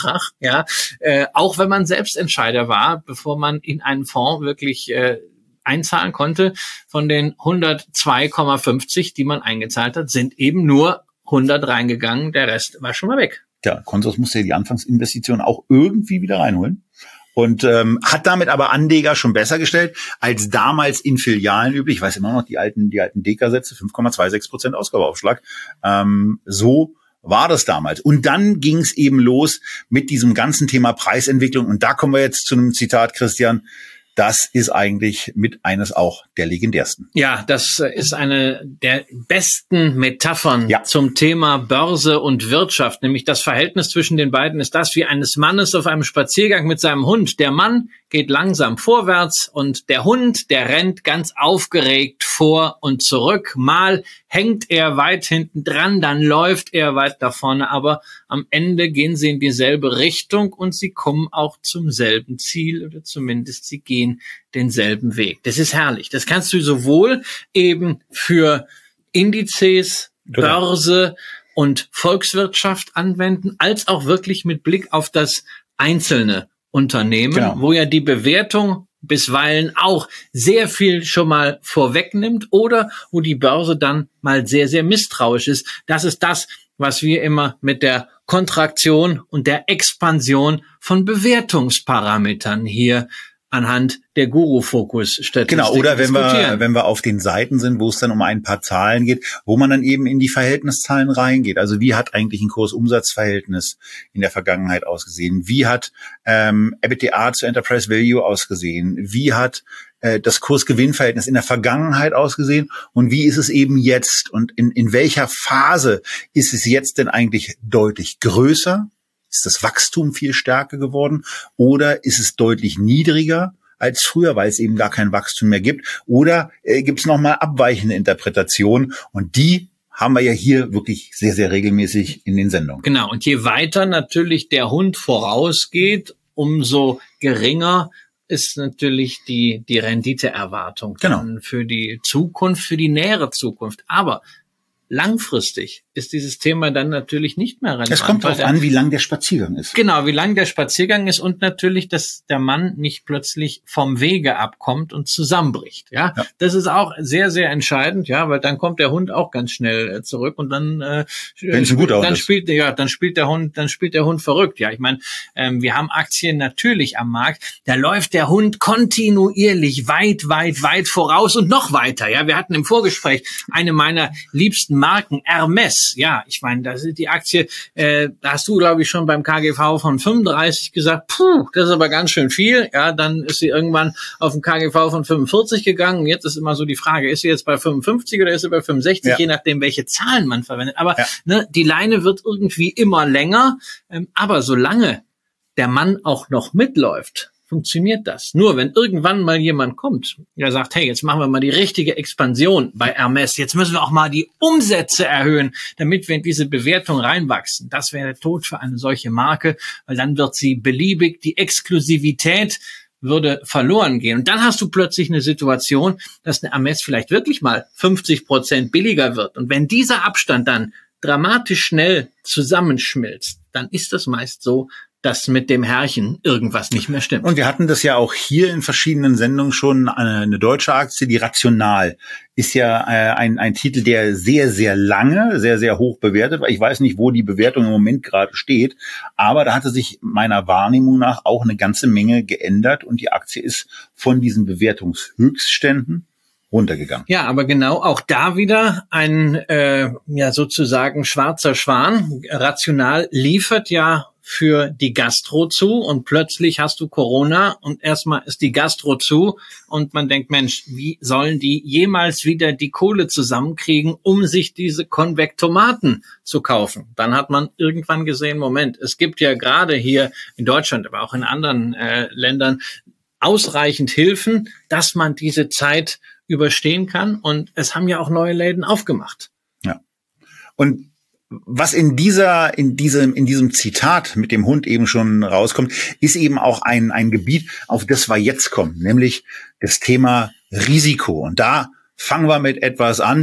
ja, äh, auch wenn man Selbstentscheider war, bevor man in einen Fonds wirklich äh, einzahlen konnte. Von den hundertzwei Komma fünfzig, die man eingezahlt hat, sind eben nur hundert reingegangen. Der Rest war schon mal weg. Ja, Consors musste ja die Anfangsinvestition auch irgendwie wieder reinholen. Und ähm, hat damit aber Anleger schon besser gestellt als damals in Filialen üblich. Ich weiß immer noch, die alten die alten Deka-Sätze, fünf Komma sechsundzwanzig Prozent Ausgabeaufschlag. Ähm, so war das damals. Und dann ging es eben los mit diesem ganzen Thema Preisentwicklung. Und da kommen wir jetzt zu einem Zitat, Christian. Das ist eigentlich mit eines auch der legendärsten. Ja, das ist eine der besten Metaphern ja. zum Thema Börse und Wirtschaft. Nämlich das Verhältnis zwischen den beiden ist das wie eines Mannes auf einem Spaziergang mit seinem Hund. Der Mann geht langsam vorwärts und der Hund, der rennt ganz aufgeregt vor und zurück. Mal hängt er weit hinten dran, dann läuft er weit da vorne. Aber am Ende gehen sie in dieselbe Richtung und sie kommen auch zum selben Ziel oder zumindest sie gehen denselben Weg. Das ist herrlich. Das kannst du sowohl eben für Indizes, Börse und Volkswirtschaft anwenden, als auch wirklich mit Blick auf das einzelne Unternehmen, genau. wo ja die Bewertung bisweilen auch sehr viel schon mal vorwegnimmt oder wo die Börse dann mal sehr, sehr misstrauisch ist. Das ist das, was wir immer mit der Kontraktion und der Expansion von Bewertungsparametern hier anhand der Guru-Fokus-Statistik Genau, oder wenn diskutieren. wir, wenn wir auf den Seiten sind, wo es dann um ein paar Zahlen geht, wo man dann eben in die Verhältniszahlen reingeht. Also wie hat eigentlich ein Kurs-Umsatz-Verhältnis in der Vergangenheit ausgesehen? Wie hat ähm, EBITDA zu Enterprise Value ausgesehen? Wie hat äh, das Kurs-Gewinn-Verhältnis in der Vergangenheit ausgesehen? Und wie ist es eben jetzt? Und in, in welcher Phase ist es jetzt denn eigentlich deutlich größer? Ist das Wachstum viel stärker geworden oder ist es deutlich niedriger als früher, weil es eben gar kein Wachstum mehr gibt? Oder äh, gibt es nochmal abweichende Interpretationen? Und die haben wir ja hier wirklich sehr, sehr regelmäßig in den Sendungen. Genau, und je weiter natürlich der Hund vorausgeht, umso geringer ist natürlich die, die Renditeerwartung genau. für die Zukunft, für die nähere Zukunft. Aber langfristig ist dieses Thema dann natürlich nicht mehr relevant. Es kommt darauf an, wie lang der Spaziergang ist. Genau, wie lang der Spaziergang ist und natürlich, dass der Mann nicht plötzlich vom Wege abkommt und zusammenbricht. Ja, ja. Das ist auch sehr, sehr entscheidend, ja, weil dann kommt der Hund auch ganz schnell zurück und dann, äh, spielt, dann spielt, ja, dann spielt der Hund, dann spielt der Hund verrückt. Ja, ich meine, ähm, wir haben Aktien natürlich am Markt, da läuft der Hund kontinuierlich weit, weit, weit voraus und noch weiter. Ja, wir hatten im Vorgespräch eine meiner liebsten Marken, Hermes. Ja, ich meine, das ist die Aktie, äh, da hast du, glaube ich, schon beim K G V von fünfunddreißig gesagt, puh, das ist aber ganz schön viel. Ja, dann ist sie irgendwann auf den K G V von fünfundvierzig gegangen. Und jetzt ist immer so die Frage, ist sie jetzt bei fünfundfünfzig oder ist sie bei fünfundsechzig, ja. je nachdem, welche Zahlen man verwendet. Aber ja. ne, die Leine wird irgendwie immer länger. Ähm, aber solange der Mann auch noch mitläuft, funktioniert das. Nur wenn irgendwann mal jemand kommt, der sagt, hey, jetzt machen wir mal die richtige Expansion bei Hermes, jetzt müssen wir auch mal die Umsätze erhöhen, damit wir in diese Bewertung reinwachsen. Das wäre der Tod für eine solche Marke, weil dann wird sie beliebig, die Exklusivität würde verloren gehen. Und dann hast du plötzlich eine Situation, dass eine Hermes vielleicht wirklich mal fünfzig Prozent billiger wird. Und wenn dieser Abstand dann dramatisch schnell zusammenschmilzt, dann ist das meist so, dass mit dem Herrchen irgendwas nicht mehr stimmt. Und wir hatten das ja auch hier in verschiedenen Sendungen schon, eine, eine deutsche Aktie, die Rational, ist ja äh, ein, ein Titel, der sehr, sehr lange, sehr, sehr hoch bewertet war. Ich weiß nicht, wo die Bewertung im Moment gerade steht, aber da hatte sich meiner Wahrnehmung nach auch eine ganze Menge geändert und die Aktie ist von diesen Bewertungshöchstständen runtergegangen. Ja, aber genau auch da wieder ein äh, ja sozusagen schwarzer Schwan. Rational liefert ja für die Gastro zu und plötzlich hast du Corona und erstmal ist die Gastro zu und man denkt, Mensch, wie sollen die jemals wieder die Kohle zusammenkriegen, um sich diese Konvektomaten zu kaufen? Dann hat man irgendwann gesehen, Moment, es gibt ja gerade hier in Deutschland, aber auch in anderen äh, Ländern ausreichend Hilfen, dass man diese Zeit überstehen kann und es haben ja auch neue Läden aufgemacht. Ja. Und was in dieser, in diesem, in diesem Zitat mit dem Hund eben schon rauskommt, ist eben auch ein, ein Gebiet, auf das wir jetzt kommen, nämlich das Thema Risiko. Und da fangen wir mit etwas an,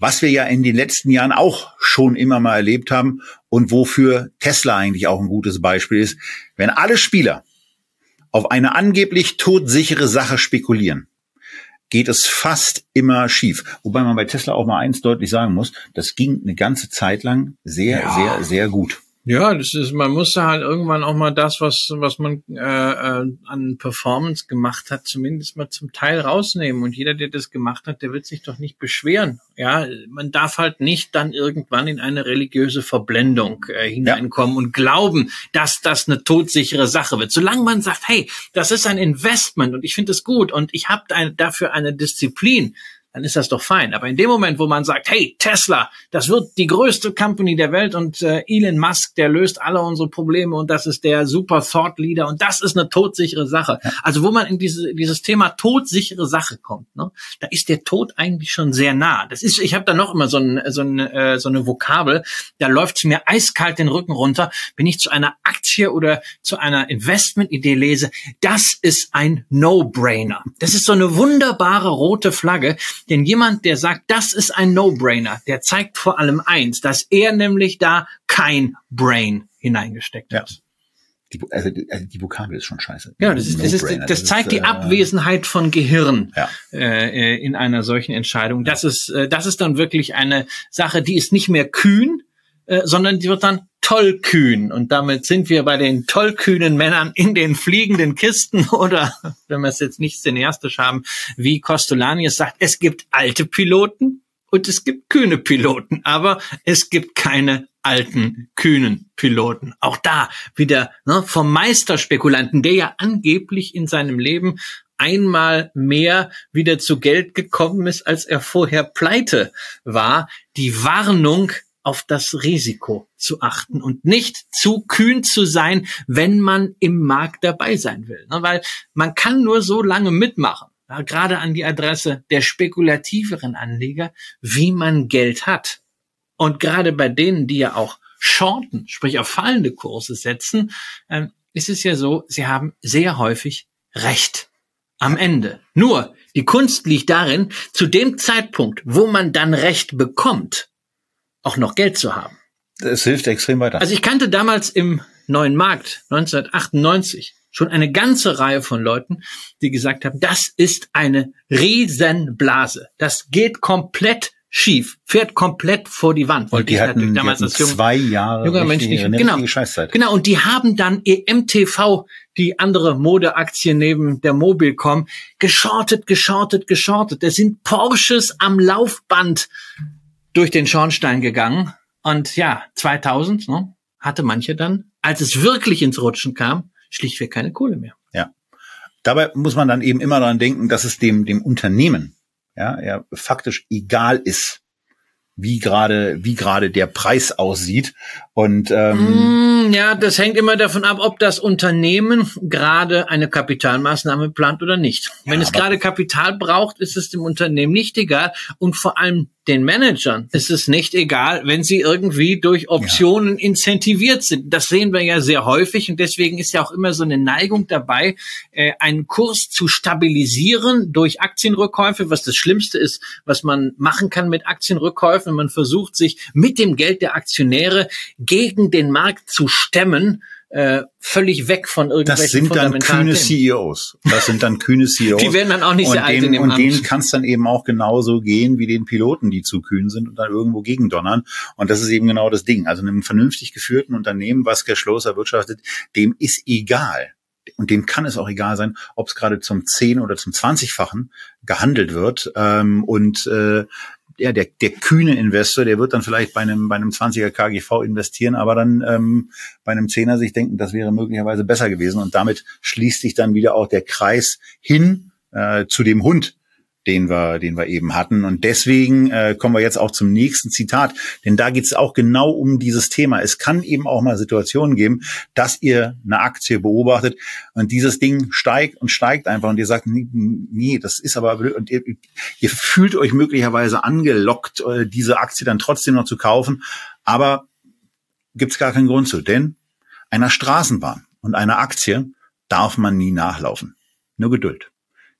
was wir ja in den letzten Jahren auch schon immer mal erlebt haben und wofür Tesla eigentlich auch ein gutes Beispiel ist. Wenn alle Spieler auf eine angeblich todsichere Sache spekulieren, geht es fast immer schief. Wobei man bei Tesla auch mal eins deutlich sagen muss, das ging eine ganze Zeit lang sehr, ja. sehr, sehr gut. Ja, das ist, man musste halt irgendwann auch mal das, was was man äh, äh, an Performance gemacht hat, zumindest mal zum Teil rausnehmen. Und jeder, der das gemacht hat, der wird sich doch nicht beschweren. Ja, man darf halt nicht dann irgendwann in eine religiöse Verblendung äh, hineinkommen ja. und glauben, dass das eine todsichere Sache wird. Solange man sagt, hey, das ist ein Investment und ich finde es gut und ich habe ein, dafür eine Disziplin, dann ist das doch fein. Aber in dem Moment, wo man sagt, hey, Tesla, das wird die größte Company der Welt und äh, Elon Musk, der löst alle unsere Probleme und das ist der super Thought Leader und das ist eine todsichere Sache. Ja. Also wo man in diese, dieses Thema todsichere Sache kommt, ne, da ist der Tod eigentlich schon sehr nah. Das ist, ich habe da noch immer so, ein, so, ein, äh, so eine Vokabel, da läuft's mir eiskalt den Rücken runter, wenn ich zu einer Aktie oder zu einer Investmentidee lese, das ist ein No-Brainer. Das ist so eine wunderbare rote Flagge. Denn jemand, der sagt, das ist ein No-Brainer, der zeigt vor allem eins, dass er nämlich da kein Brain hineingesteckt hat. Ja. Die, also, also die Vokabel ist schon scheiße. Ja, das, ist, das, ist, das, das zeigt ist, die äh, Abwesenheit von Gehirn ja. äh, in einer solchen Entscheidung. Das ist, äh, das ist dann wirklich eine Sache, die ist nicht mehr kühn, äh, sondern die wird dann tollkühn. Und damit sind wir bei den tollkühnen Männern in den fliegenden Kisten oder, wenn wir es jetzt nicht cineastisch haben, wie Kostolany es sagt, es gibt alte Piloten und es gibt kühne Piloten, aber es gibt keine alten, kühnen Piloten. Auch da wieder ne, vom Meisterspekulanten, der ja angeblich in seinem Leben einmal mehr wieder zu Geld gekommen ist, als er vorher pleite war, die Warnung, auf das Risiko zu achten und nicht zu kühn zu sein, wenn man im Markt dabei sein will. Weil man kann nur so lange mitmachen, ja, gerade an die Adresse der spekulativeren Anleger, wie man Geld hat. Und gerade bei denen, die ja auch shorten, sprich auf fallende Kurse setzen, äh, ist es ja so, sie haben sehr häufig Recht am Ende. Nur, die Kunst liegt darin, zu dem Zeitpunkt, wo man dann Recht bekommt, auch noch Geld zu haben. Es hilft extrem weiter. Also ich kannte damals im neuen Markt neunzehnhundertachtundneunzig schon eine ganze Reihe von Leuten, die gesagt haben, das ist eine Riesenblase. Das geht komplett schief, fährt komplett vor die Wand. Und die hatten, die damals hatten als zwei Jahre junger Mensch nicht. Genau, Scheißzeit. Genau, und die haben dann E M T V, die andere Modeaktie neben der Mobilcom, geschortet, geschortet, geschortet. Da sind Porsches am Laufband durch den Schornstein gegangen. Und ja, zweitausend ne, hatte manche dann, als es wirklich ins Rutschen kam, schlichtweg keine Kohle mehr. Ja. Dabei muss man dann eben immer daran denken, dass es dem dem Unternehmen ja, ja faktisch egal ist, wie gerade wie gerade der Preis aussieht. Und ähm, mm, ja, das hängt immer davon ab, ob das Unternehmen gerade eine Kapitalmaßnahme plant oder nicht. Ja, wenn es gerade Kapital braucht, ist es dem Unternehmen nicht egal. Und vor allem den Managern ist es nicht egal, wenn sie irgendwie durch Optionen ja. incentiviert sind. Das sehen wir ja sehr häufig und deswegen ist ja auch immer so eine Neigung dabei, äh, einen Kurs zu stabilisieren durch Aktienrückkäufe, was das Schlimmste ist, was man machen kann mit Aktienrückkäufen. Man versucht sich mit dem Geld der Aktionäre gegen den Markt zu stemmen, äh, völlig weg von irgendwelchen Das sind dann kühne C E Os. Das sind dann kühne C E Os. Die werden dann auch nicht sehr alt in dem Und Amt. denen kann es dann eben auch genauso gehen wie den Piloten, die zu kühn sind und dann irgendwo gegendonnern. Und das ist eben genau das Ding. Also einem vernünftig geführten Unternehmen, was Cashflows erwirtschaftet, dem ist egal. Und dem kann es auch egal sein, ob es gerade zum zehn- oder zum zwanzigfachen gehandelt wird. Ähm, und äh, ja, der, der kühne Investor, der wird dann vielleicht bei einem, bei einem zwanziger K G V investieren, aber dann ähm, bei einem Zehner sich denken, das wäre möglicherweise besser gewesen. Und damit schließt sich dann wieder auch der Kreis hin äh, zu dem Hund, den wir, den wir eben hatten. Und deswegen äh, kommen wir jetzt auch zum nächsten Zitat, denn da geht es auch genau um dieses Thema. Es kann eben auch mal Situationen geben, dass ihr eine Aktie beobachtet und dieses Ding steigt und steigt einfach und ihr sagt, nee, nee das ist aber blöd. Und ihr, ihr fühlt euch möglicherweise angelockt, äh, diese Aktie dann trotzdem noch zu kaufen, aber gibt's gar keinen Grund zu, denn einer Straßenbahn und einer Aktie darf man nie nachlaufen. Nur Geduld.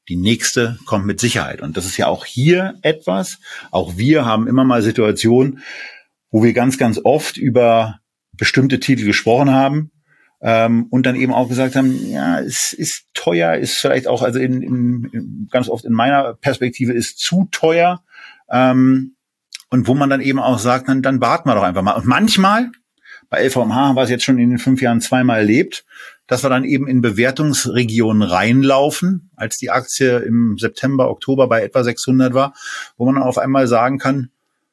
die nächste kommt mit Sicherheit. Und das ist ja auch hier etwas. Auch wir haben immer mal Situationen, wo wir ganz, ganz oft über bestimmte Titel gesprochen haben ähm, und dann eben auch gesagt haben, ja, es ist teuer, ist vielleicht auch, also in, in, in ganz oft in meiner Perspektive ist zu teuer. Ähm, und wo man dann eben auch sagt, dann, dann warten wir doch einfach mal. Und manchmal, bei L V M H haben wir es jetzt schon in den fünf Jahren zweimal erlebt, dass wir dann eben in Bewertungsregionen reinlaufen, als die Aktie im September, Oktober bei etwa sechshundert war, wo man dann auf einmal sagen kann,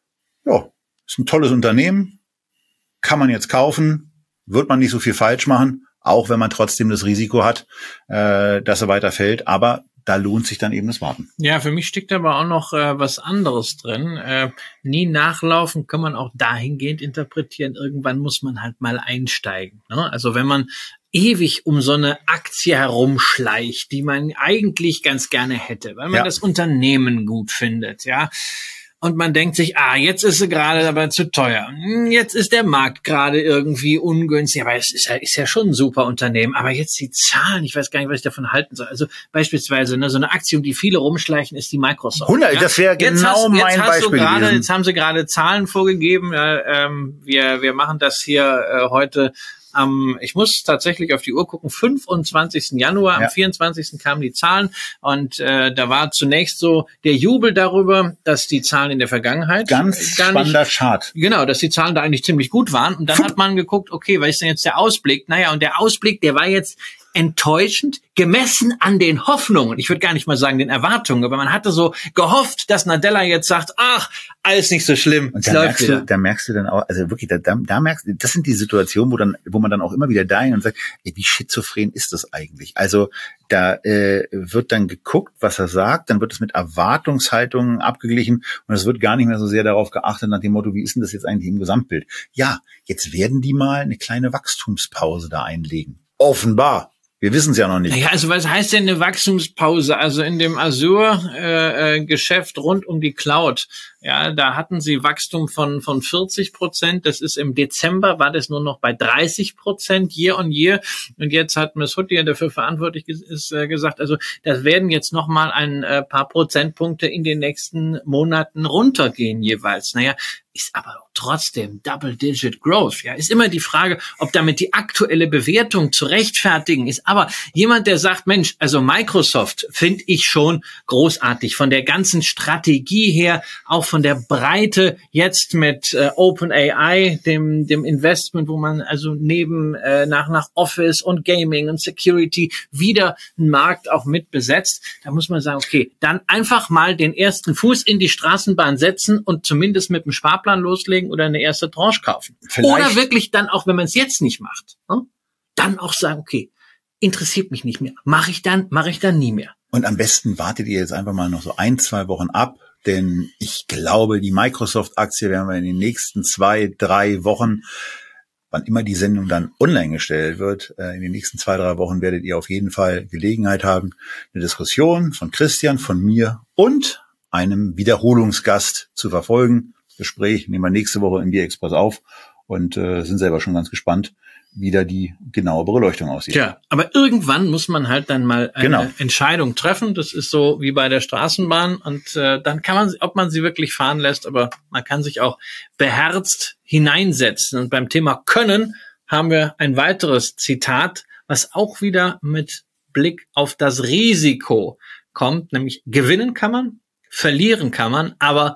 ja, ist ein tolles Unternehmen, kann man jetzt kaufen, wird man nicht so viel falsch machen, auch wenn man trotzdem das Risiko hat, äh, dass er weiter fällt, aber da lohnt sich dann eben das Warten. Ja, für mich steckt aber auch noch äh, was anderes drin. Äh, nie nachlaufen kann man auch dahingehend interpretieren. Irgendwann muss man halt mal einsteigen. Ne? Also wenn man ewig um so eine Aktie herumschleicht, die man eigentlich ganz gerne hätte, weil man ja. das Unternehmen gut findet, ja. Und man denkt sich, ah, jetzt ist sie gerade aber zu teuer. Jetzt ist der Markt gerade irgendwie ungünstig. Aber es ist ja, ist ja schon ein super Unternehmen. Aber jetzt die Zahlen, ich weiß gar nicht, was ich davon halten soll. Also beispielsweise ne, so eine Aktie, um die viele rumschleichen, ist die Microsoft. hundert, ja? Das wäre genau hast, mein Beispiel grade, gewesen. Jetzt haben sie gerade Zahlen vorgegeben. Äh, ähm, wir, wir machen das hier äh, heute am, ich muss tatsächlich auf die Uhr gucken, fünfundzwanzigsten Januar, ja. Am vierundzwanzigsten kamen die Zahlen und äh, da war zunächst so der Jubel darüber, dass die Zahlen in der Vergangenheit ganz gar spannender nicht, Chart. Genau, dass die Zahlen da eigentlich ziemlich gut waren und dann Puh. hat man geguckt, okay, was ist denn jetzt der Ausblick? Naja, und der Ausblick, der war jetzt enttäuschend, gemessen an den Hoffnungen. Ich würde gar nicht mal sagen den Erwartungen, aber man hatte so gehofft, dass Nadella jetzt sagt, ach, alles nicht so schlimm. Und da merkst, du, da merkst du dann auch, also wirklich, da, da merkst du, das sind die Situationen, wo dann, wo man dann auch immer wieder dahin und sagt, ey, wie schizophren ist das eigentlich? Also da äh, wird dann geguckt, was er sagt, dann wird es mit Erwartungshaltungen abgeglichen und es wird gar nicht mehr so sehr darauf geachtet nach dem Motto, wie ist denn das jetzt eigentlich im Gesamtbild? Ja, jetzt werden die mal eine kleine Wachstumspause da einlegen. Offenbar. Wir wissen es ja noch nicht. Naja, also was heißt denn eine Wachstumspause? Also in dem Azure-Geschäft äh, rund um die Cloud, ja, da hatten sie Wachstum von von vierzig Prozent. Das ist im Dezember, war das nur noch bei dreißig Prozent year on year. Und jetzt hat Mesut, der dafür verantwortlich ist, äh, gesagt, also das werden jetzt noch mal ein äh, paar Prozentpunkte in den nächsten Monaten runtergehen jeweils. Naja, ist aber trotzdem Double-Digit Growth. Ja, ist immer die Frage, ob damit die aktuelle Bewertung zu rechtfertigen ist. Aber jemand, der sagt, Mensch, also Microsoft finde ich schon großartig von der ganzen Strategie her, auch von der Breite jetzt mit äh, OpenAI, dem dem Investment, wo man also neben äh, nach nach Office und Gaming und Security wieder einen Markt auch mit besetzt. Da muss man sagen, okay, dann einfach mal den ersten Fuß in die Straßenbahn setzen und zumindest mit dem Sparplan loslegen oder eine erste Tranche kaufen. Vielleicht. Oder wirklich dann auch, wenn man es jetzt nicht macht, ne, dann auch sagen, okay, interessiert mich nicht mehr. Mache ich dann, mache ich dann nie mehr. Und am besten wartet ihr jetzt einfach mal noch so ein, zwei Wochen ab, denn ich glaube, die Microsoft-Aktie werden wir in den nächsten zwei, drei Wochen, wann immer die Sendung dann online gestellt wird, in den nächsten zwei, drei Wochen werdet ihr auf jeden Fall Gelegenheit haben, eine Diskussion von Christian, von mir und einem Wiederholungsgast zu verfolgen. Das Gespräch nehmen wir nächste Woche im Bier-Express auf und äh, sind selber schon ganz gespannt, wie da die genaue Beleuchtung aussieht. Tja, aber irgendwann muss man halt dann mal eine genau. Entscheidung treffen. Das ist so wie bei der Straßenbahn und äh, dann kann man, ob man sie wirklich fahren lässt, aber man kann sich auch beherzt hineinsetzen. Und beim Thema Können haben wir ein weiteres Zitat, was auch wieder mit Blick auf das Risiko kommt, nämlich gewinnen kann man, verlieren kann man, aber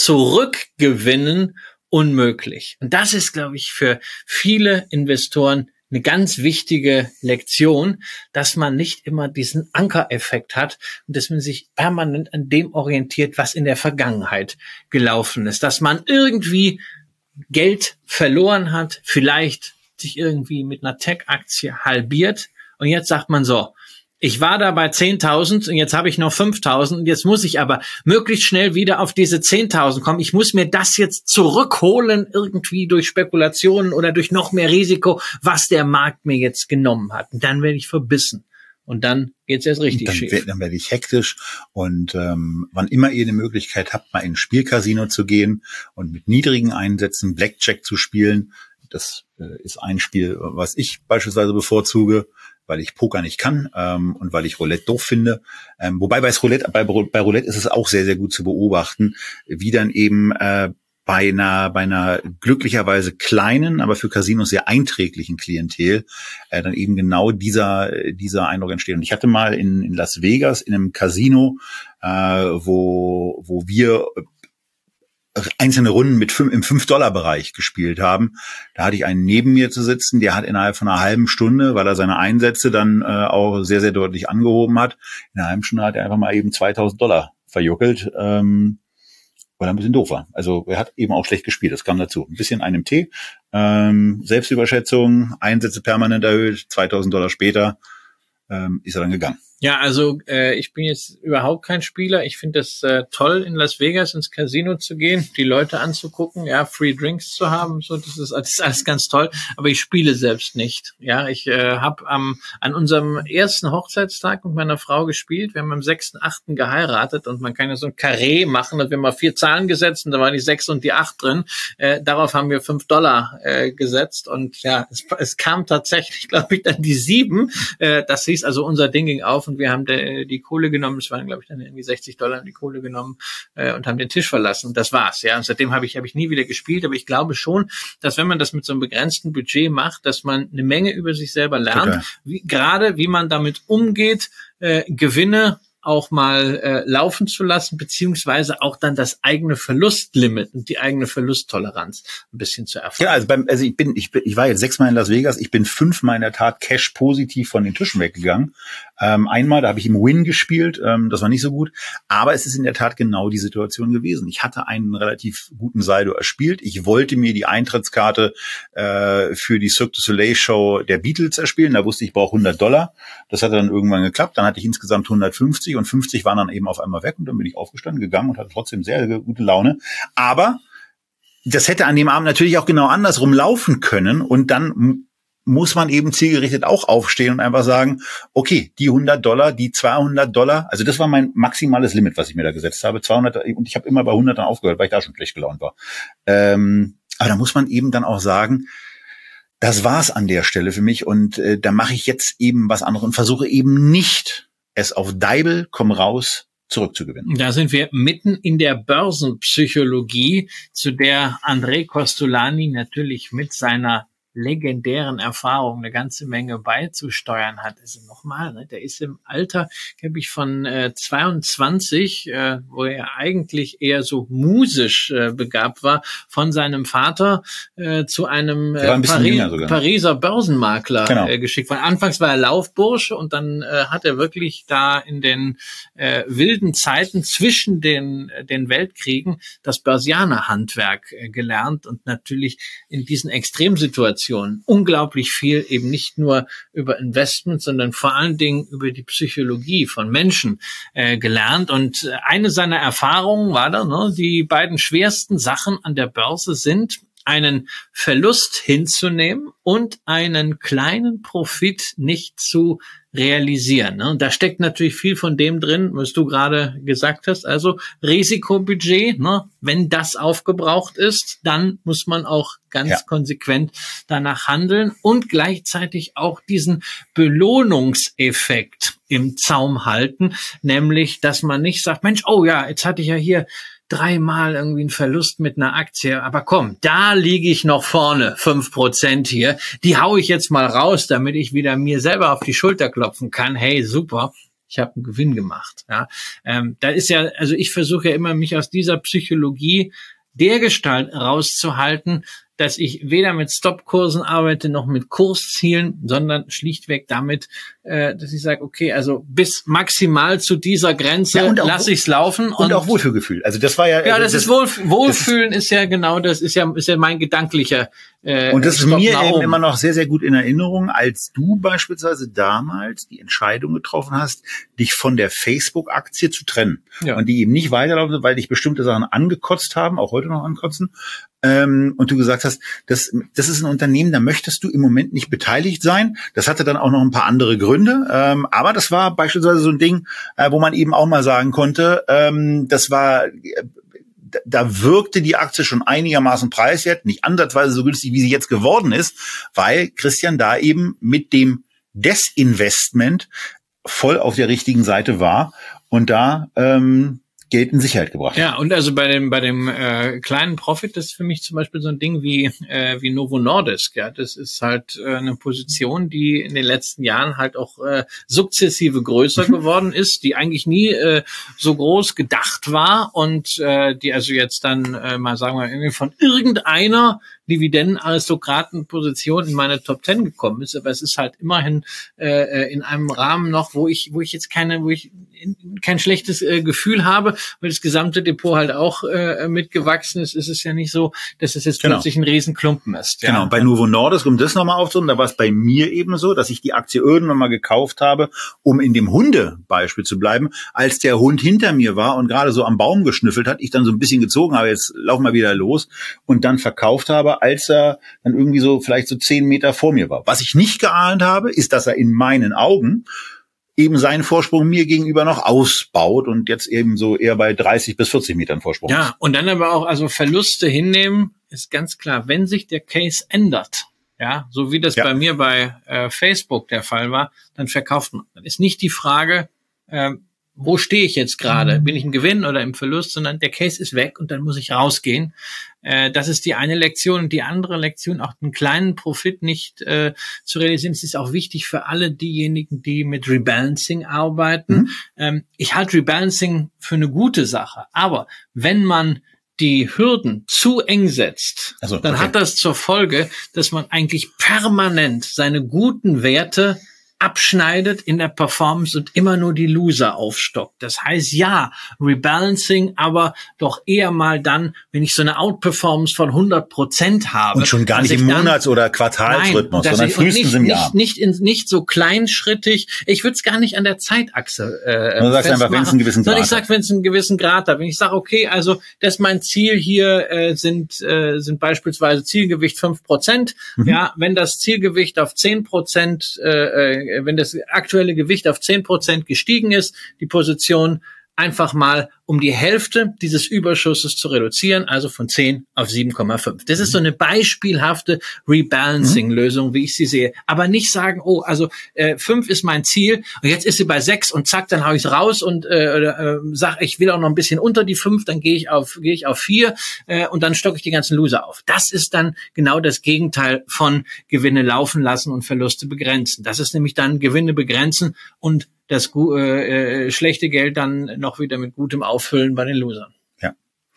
zurückgewinnen unmöglich. Und das ist, glaube ich, für viele Investoren eine ganz wichtige Lektion, dass man nicht immer diesen Ankereffekt hat und dass man sich permanent an dem orientiert, was in der Vergangenheit gelaufen ist. Dass man irgendwie Geld verloren hat, vielleicht sich irgendwie mit einer Tech-Aktie halbiert und jetzt sagt man so, ich war da bei zehntausend und jetzt habe ich noch fünftausend und jetzt muss ich aber möglichst schnell wieder auf diese zehntausend kommen. Ich muss mir das jetzt zurückholen irgendwie durch Spekulationen oder durch noch mehr Risiko, was der Markt mir jetzt genommen hat. Und dann werde ich verbissen. Und dann geht's erst richtig dann schief. Werd, dann werde ich hektisch und ähm, wann immer ihr eine Möglichkeit habt, mal in ein Spielcasino zu gehen und mit niedrigen Einsätzen Blackjack zu spielen, das äh, ist ein Spiel, was ich beispielsweise bevorzuge, weil ich Poker nicht kann ähm, und weil ich Roulette doof finde. Ähm, wobei bei Roulette, bei, bei Roulette ist es auch sehr, sehr gut zu beobachten, wie dann eben äh, bei einer, bei einer glücklicherweise kleinen, aber für Casinos sehr einträglichen Klientel äh, dann eben genau dieser, dieser Eindruck entsteht. Und ich hatte mal in, in Las Vegas in einem Casino, äh, wo, wo wir einzelne Runden mit fünf, im fünf Dollar Bereich gespielt haben. Da hatte ich einen neben mir zu sitzen, der hat innerhalb von einer halben Stunde, weil er seine Einsätze dann äh, auch sehr, sehr deutlich angehoben hat, in einer halben Stunde hat er einfach mal eben zweitausend Dollar verjuckelt, ähm, weil er ein bisschen doof war. Also er hat eben auch schlecht gespielt, das kam dazu. Ein bisschen einem Tee, ähm, Selbstüberschätzung, Einsätze permanent erhöht, zweitausend Dollar später ähm, ist er dann gegangen. Ja, also äh, ich bin jetzt überhaupt kein Spieler. Ich finde es äh, toll, in Las Vegas ins Casino zu gehen, die Leute anzugucken, ja, Free Drinks zu haben, so das ist, das ist alles ganz toll. Aber ich spiele selbst nicht. Ja, ich äh, habe am an unserem ersten Hochzeitstag mit meiner Frau gespielt. Wir haben am sechsten achten geheiratet und man kann ja so ein Karree machen. Da haben wir mal vier Zahlen gesetzt und da waren die sechs und die acht drin. Äh, darauf haben wir fünf Dollar äh, gesetzt und ja, es, es kam tatsächlich, glaube ich, dann die sieben. Äh, das hieß also, unser Ding ging auf. Und wir haben de, die Kohle genommen, es waren, glaube ich, dann irgendwie sechzig Dollar, die Kohle genommen äh, und haben den Tisch verlassen. Und das war's, ja. Und seitdem habe ich habe ich nie wieder gespielt. Aber ich glaube schon, dass wenn man das mit so einem begrenzten Budget macht, dass man eine Menge über sich selber lernt, okay. wie, gerade wie man damit umgeht, äh, Gewinne auch mal äh, laufen zu lassen, beziehungsweise auch dann das eigene Verlustlimit und die eigene Verlusttoleranz ein bisschen zu erfahren. Ja, also beim, also ich bin, ich bin, ich war jetzt sechsmal in Las Vegas, ich bin fünfmal in der Tat Cash positiv von den Tischen weggegangen. Ähm, einmal, da habe ich im Win gespielt, ähm, das war nicht so gut, aber es ist in der Tat genau die Situation gewesen. Ich hatte einen relativ guten Saldo erspielt. Ich wollte mir die Eintrittskarte äh, für die Cirque du Soleil Show der Beatles erspielen. Da wusste ich, ich brauche hundert Dollar. Das hat dann irgendwann geklappt. Dann hatte ich insgesamt hundertfünfzig und fünfzig waren dann eben auf einmal weg und dann bin ich aufgestanden, gegangen und hatte trotzdem sehr, sehr gute Laune. Aber das hätte an dem Abend natürlich auch genau andersrum laufen können und dann muss man eben zielgerichtet auch aufstehen und einfach sagen, okay, die hundert Dollar, die zweihundert Dollar, also das war mein maximales Limit, was ich mir da gesetzt habe, zweihundert, und ich habe immer bei hundert dann aufgehört, weil ich da schon schlecht gelaunt war. Ähm, aber da muss man eben dann auch sagen, das war's an der Stelle für mich und äh, da mache ich jetzt eben was anderes und versuche eben nicht, es auf Deibel, komm raus, zurückzugewinnen. Da sind wir mitten in der Börsenpsychologie, zu der André Kostolany natürlich mit seiner legendären Erfahrung eine ganze Menge beizusteuern hat. Also nochmal, ne, der ist im Alter, glaube ich, von äh, zweiundzwanzig, äh, wo er eigentlich eher so musisch äh, begabt war, von seinem Vater äh, zu einem äh, ein Pari- Pariser Börsenmakler genau. äh, geschickt worden. Anfangs war er Laufbursche und dann äh, hat er wirklich da in den äh, wilden Zeiten zwischen den den Weltkriegen das Börsianerhandwerk äh, gelernt und natürlich in diesen Extremsituationen unglaublich viel eben nicht nur über Investment, sondern vor allen Dingen über die Psychologie von Menschen äh, gelernt. Und eine seiner Erfahrungen war da, ne, die beiden schwersten Sachen an der Börse sind, einen Verlust hinzunehmen und einen kleinen Profit nicht zu realisieren. Ne? Und da steckt natürlich viel von dem drin, was du gerade gesagt hast. Also Risikobudget, ne? Wenn das aufgebraucht ist, dann muss man auch ganz ja. konsequent danach handeln und gleichzeitig auch diesen Belohnungseffekt im Zaum halten, nämlich, dass man nicht sagt, Mensch, oh ja, jetzt hatte ich ja hier dreimal irgendwie einen Verlust mit einer Aktie, aber komm, da liege ich noch vorne, fünf Prozent hier, die hau ich jetzt mal raus, damit ich wieder mir selber auf die Schulter klopfen kann. Hey, super, ich habe einen Gewinn gemacht. Ja, ähm, da ist ja, also ich versuche ja immer, mich aus dieser Psychologie dergestalt rauszuhalten, dass ich weder mit Stopkursen arbeite noch mit Kurszielen, sondern schlichtweg damit, äh, dass ich sage, okay, also bis maximal zu dieser Grenze ja, lasse ich es laufen. Und, und auch Wohlfühlgefühl. Also das war ja... Ja, das, das ist Wohlf- Wohlfühlen das ist ja genau, das ist ja ist ja mein gedanklicher äh, Und das ist mir eben immer noch sehr, sehr gut in Erinnerung, als du beispielsweise damals die Entscheidung getroffen hast, dich von der Facebook-Aktie zu trennen. Ja. Und die eben nicht weiterlaufen, weil dich bestimmte Sachen angekotzt haben, auch heute noch ankotzen. Ähm, und du gesagt hast, das, das ist ein Unternehmen, da möchtest du im Moment nicht beteiligt sein. Das hatte dann auch noch ein paar andere Gründe. Ähm, aber das war beispielsweise so ein Ding, äh, wo man eben auch mal sagen konnte, ähm, das war, äh, da wirkte die Aktie schon einigermaßen preiswert, nicht ansatzweise so günstig, wie sie jetzt geworden ist, weil Christian da eben mit dem Desinvestment voll auf der richtigen Seite war und da ähm, Geld in Sicherheit gebracht. Ja, und also bei dem bei dem äh, kleinen Profit, das ist für mich zum Beispiel so ein Ding wie äh, wie Novo Nordisk. Ja, das ist halt äh, eine Position, die in den letzten Jahren halt auch äh, sukzessive größer mhm. geworden ist, die eigentlich nie äh, so groß gedacht war und äh, die also jetzt dann äh, mal sagen wir irgendwie von irgendeiner Dividendenaristokratenposition in meine Top Ten gekommen ist, aber es ist halt immerhin äh, in einem Rahmen noch, wo ich wo ich jetzt keine, wo ich kein schlechtes äh, Gefühl habe, weil das gesamte Depot halt auch äh, mitgewachsen ist. Ist es ja nicht so, dass es jetzt genau. plötzlich ein Riesenklumpen ist. Ja. Genau, bei Novo Nordisk, um das nochmal aufzunehmen, da war es bei mir eben so, dass ich die Aktie irgendwann mal gekauft habe, um in dem Hundebeispiel zu bleiben, als der Hund hinter mir war und gerade so am Baum geschnüffelt hat, ich dann so ein bisschen gezogen habe, jetzt lauf mal wieder los und dann verkauft habe, als er dann irgendwie so vielleicht so zehn Meter vor mir war. Was ich nicht geahnt habe, ist, dass er in meinen Augen eben seinen Vorsprung mir gegenüber noch ausbaut und jetzt eben so eher bei dreißig bis vierzig Metern Vorsprung. Ja, und dann aber auch also Verluste hinnehmen, ist ganz klar, wenn sich der Case ändert, ja, so wie das ja. bei mir bei äh, Facebook der Fall war, dann verkauft man. Dann ist nicht die Frage, äh, wo stehe ich jetzt gerade? Bin ich im Gewinn oder im Verlust? Sondern der Case ist weg und dann muss ich rausgehen. Äh, das ist die eine Lektion. Und die andere Lektion, auch einen kleinen Profit nicht äh, zu realisieren. Es ist auch wichtig für alle diejenigen, die mit Rebalancing arbeiten. Mhm. Ähm, ich halte Rebalancing für eine gute Sache. Aber wenn man die Hürden zu eng setzt, also, dann okay. hat das zur Folge, dass man eigentlich permanent seine guten Werte abschneidet in der Performance und immer nur die Loser aufstockt. Das heißt, ja, Rebalancing, aber doch eher mal dann, wenn ich so eine Outperformance von hundert Prozent habe. Und schon gar nicht im Monats- oder Quartalsrhythmus, sondern ich, frühestens nicht, im Jahr. Nicht, nicht, in, nicht so kleinschrittig. Ich würde es gar nicht an der Zeitachse äh, Du sagst einfach, wenn es einen gewissen Grad hat. Ich sag, wenn es einen gewissen Grad hat. Wenn ich sage, okay, also das mein Ziel hier äh, sind äh, sind beispielsweise Zielgewicht fünf Prozent. Mhm. Ja, wenn das Zielgewicht auf zehn Prozent äh, wenn das aktuelle Gewicht auf zehn Prozent gestiegen ist, die Position einfach mal um die Hälfte dieses Überschusses zu reduzieren, also von zehn auf sieben Komma fünf. Das ist so eine beispielhafte Rebalancing-Lösung, wie ich sie sehe. Aber nicht sagen, oh, also äh, fünf ist mein Ziel und jetzt ist sie bei sechs und zack, dann hau ich raus und äh, äh, sag, ich will auch noch ein bisschen unter die fünf, dann gehe ich auf gehe ich auf vier äh, und dann stocke ich die ganzen Loser auf. Das ist dann genau das Gegenteil von Gewinne laufen lassen und Verluste begrenzen. Das ist nämlich dann Gewinne begrenzen und das äh, äh, schlechte Geld dann noch wieder mit gutem auffüllen bei den Losern. Ja.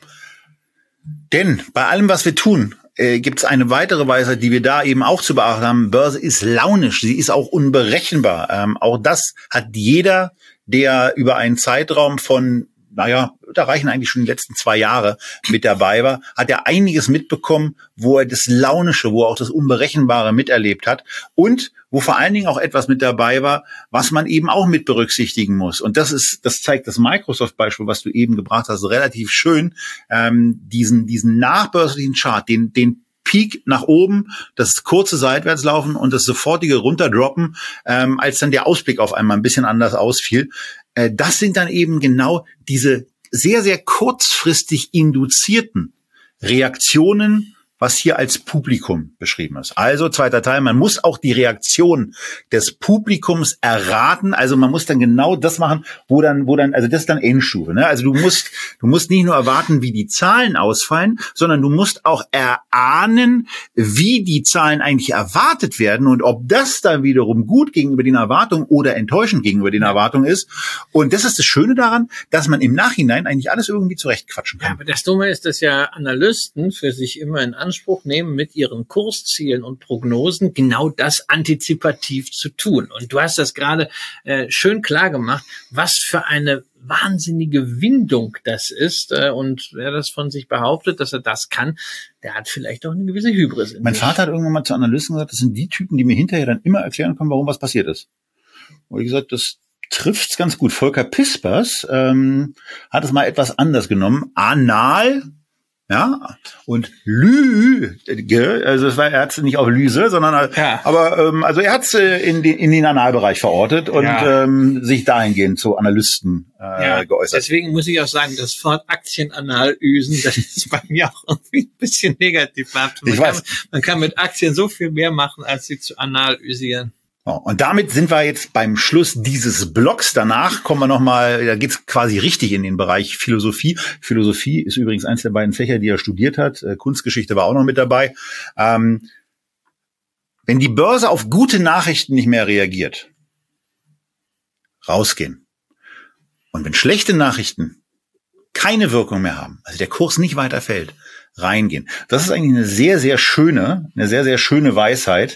Denn bei allem, was wir tun, äh, gibt es eine weitere Weisheit, die wir da eben auch zu beachten haben. Börse ist launisch, sie ist auch unberechenbar. Ähm, auch das hat jeder, der über einen Zeitraum von, naja, da reichen eigentlich schon die letzten zwei Jahre mit dabei war, hat er einiges mitbekommen, wo er das Launische, wo er auch das Unberechenbare miterlebt hat und wo vor allen Dingen auch etwas mit dabei war, was man eben auch mit berücksichtigen muss. Und das ist, das zeigt das Microsoft-Beispiel, was du eben gebracht hast, relativ schön, ähm, diesen, diesen nachbörslichen Chart, den, den Peak nach oben, das kurze Seitwärtslaufen und das sofortige Runterdroppen, ähm, als dann der Ausblick auf einmal ein bisschen anders ausfiel. Äh, das sind dann eben genau diese sehr, sehr kurzfristig induzierten Reaktionen, was hier als Publikum beschrieben ist. Also zweiter Teil, man muss auch die Reaktion des Publikums erraten. Also man muss dann genau das machen, wo dann, wo dann, also das ist dann Endstufe. Ne? Also du musst, du musst nicht nur erwarten, wie die Zahlen ausfallen, sondern du musst auch erahnen, wie die Zahlen eigentlich erwartet werden und ob das dann wiederum gut gegenüber den Erwartungen oder enttäuschend gegenüber den Erwartungen ist. Und das ist das Schöne daran, dass man im Nachhinein eigentlich alles irgendwie zurechtquatschen kann. Ja, aber das Dumme ist, dass ja Analysten für sich immer in Anspruch nehmen, mit ihren Kurszielen und Prognosen genau das antizipativ zu tun. Und du hast das gerade äh, schön klar gemacht, was für eine wahnsinnige Windung das ist. Äh, und wer das von sich behauptet, dass er das kann, der hat vielleicht auch eine gewisse Hybris in Mein sich. Vater hat irgendwann mal zu Analysten gesagt, das sind die Typen, die mir hinterher dann immer erklären können, warum was passiert ist. Und ich gesagt, das trifft's ganz gut. Volker Pispers ähm, hat es mal etwas anders genommen. Anal, ja, und Lüge, also es war, er hat es nicht auf Lyse, sondern ja. aber ähm, also er hat es äh, in den in den Analbereich verortet und ja. ähm, sich dahingehend zu Analysten äh, ja, geäußert. Deswegen muss ich auch sagen, das Wort Aktienanalüsen, das ist bei mir auch irgendwie ein bisschen negativ behaftet. Man, ich weiß. Kann, man kann mit Aktien so viel mehr machen, als sie zu analysieren. Oh, und damit sind wir jetzt beim Schluss dieses Blogs. Danach kommen wir nochmal, da geht's quasi richtig in den Bereich Philosophie. Philosophie ist übrigens eins der beiden Fächer, die er studiert hat. Kunstgeschichte war auch noch mit dabei. Ähm, wenn die Börse auf gute Nachrichten nicht mehr reagiert, rausgehen. Und wenn schlechte Nachrichten keine Wirkung mehr haben, also der Kurs nicht weiter fällt, reingehen. Das ist eigentlich eine sehr, sehr schöne, eine sehr, sehr schöne Weisheit.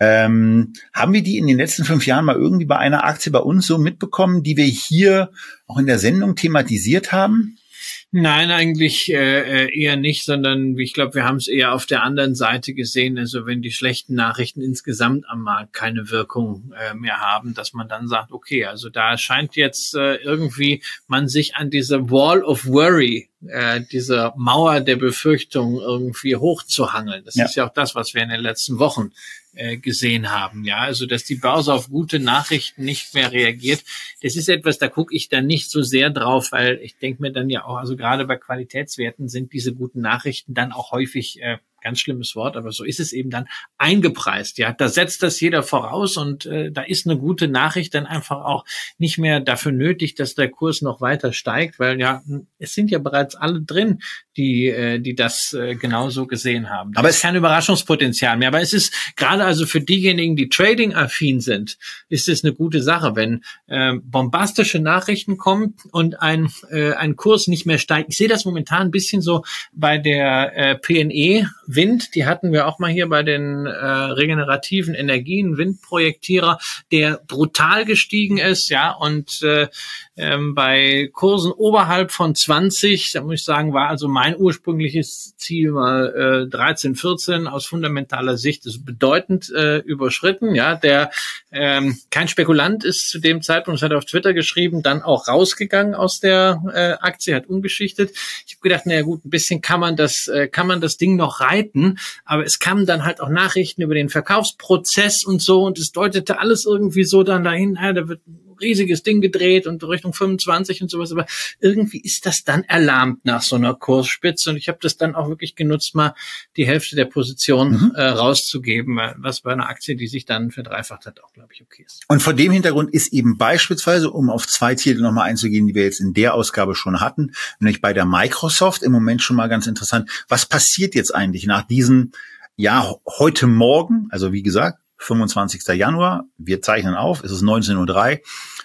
Ähm, haben wir die in den letzten fünf Jahren mal irgendwie bei einer Aktie bei uns so mitbekommen, die wir hier auch in der Sendung thematisiert haben? Nein, eigentlich äh, eher nicht, sondern ich glaube, wir haben es eher auf der anderen Seite gesehen. Also wenn die schlechten Nachrichten insgesamt am Markt keine Wirkung äh, mehr haben, dass man dann sagt, okay, also da scheint jetzt äh, irgendwie man sich an diese Wall of Worry, äh, diese Mauer der Befürchtung irgendwie hochzuhangeln. Das ja. ist ja auch das, was wir in den letzten Wochen äh, gesehen haben. Ja, also dass die Börse auf gute Nachrichten nicht mehr reagiert. Das ist etwas, da gucke ich dann nicht so sehr drauf, weil ich denke mir dann ja auch, also gerade bei Qualitätswerten sind diese guten Nachrichten dann auch häufig, äh, ganz schlimmes Wort, aber so ist es eben dann, eingepreist. Ja, da setzt das jeder voraus und äh, da ist eine gute Nachricht dann einfach auch nicht mehr dafür nötig, dass der Kurs noch weiter steigt, weil ja, es sind ja bereits alle drin, die äh, die das äh, genauso gesehen haben. Da aber es ist kein Überraschungspotenzial mehr. Aber es ist gerade also für diejenigen, die trading-affin sind, ist es eine gute Sache, wenn äh, bombastische Nachrichten kommen und ein äh, ein Kurs nicht mehr steigt. Ich sehe das momentan ein bisschen so bei der äh, P N E Wind, die hatten wir auch mal hier bei den äh, regenerativen Energien, Windprojektierer, der brutal gestiegen ist, ja, und äh, ähm, bei Kursen oberhalb von zwanzig, da muss ich sagen, war also mein ursprüngliches Ziel mal äh, dreizehn, vierzehn aus fundamentaler Sicht ist bedeutend äh, überschritten, ja, der ähm, kein Spekulant ist zu dem Zeitpunkt, das hat er auf Twitter geschrieben, dann auch rausgegangen aus der äh, Aktie, hat umgeschichtet. Ich habe gedacht, naja gut, ein bisschen kann man das, äh, kann man das Ding noch reiten, aber es kamen dann halt auch Nachrichten über den Verkaufsprozess und so und es deutete alles irgendwie so dann dahin, ja, da wird ein riesiges Ding gedreht und Richtung fünfundzwanzig und sowas, aber irgendwie ist das dann erlahmt nach so einer Kursspitze und ich habe das dann auch wirklich genutzt, mal die Hälfte der Position mhm. äh, rauszugeben, was bei einer Aktie, die sich dann verdreifacht hat, auch, glaube ich, okay ist. Und vor dem Hintergrund ist eben beispielsweise, um auf zwei Titel nochmal einzugehen, die wir jetzt in der Ausgabe schon hatten, nämlich bei der Microsoft im Moment schon mal ganz interessant, was passiert jetzt eigentlich nach diesem, ja, heute Morgen, also wie gesagt, fünfundzwanzigster Januar, wir zeichnen auf, es ist neunzehn Uhr drei.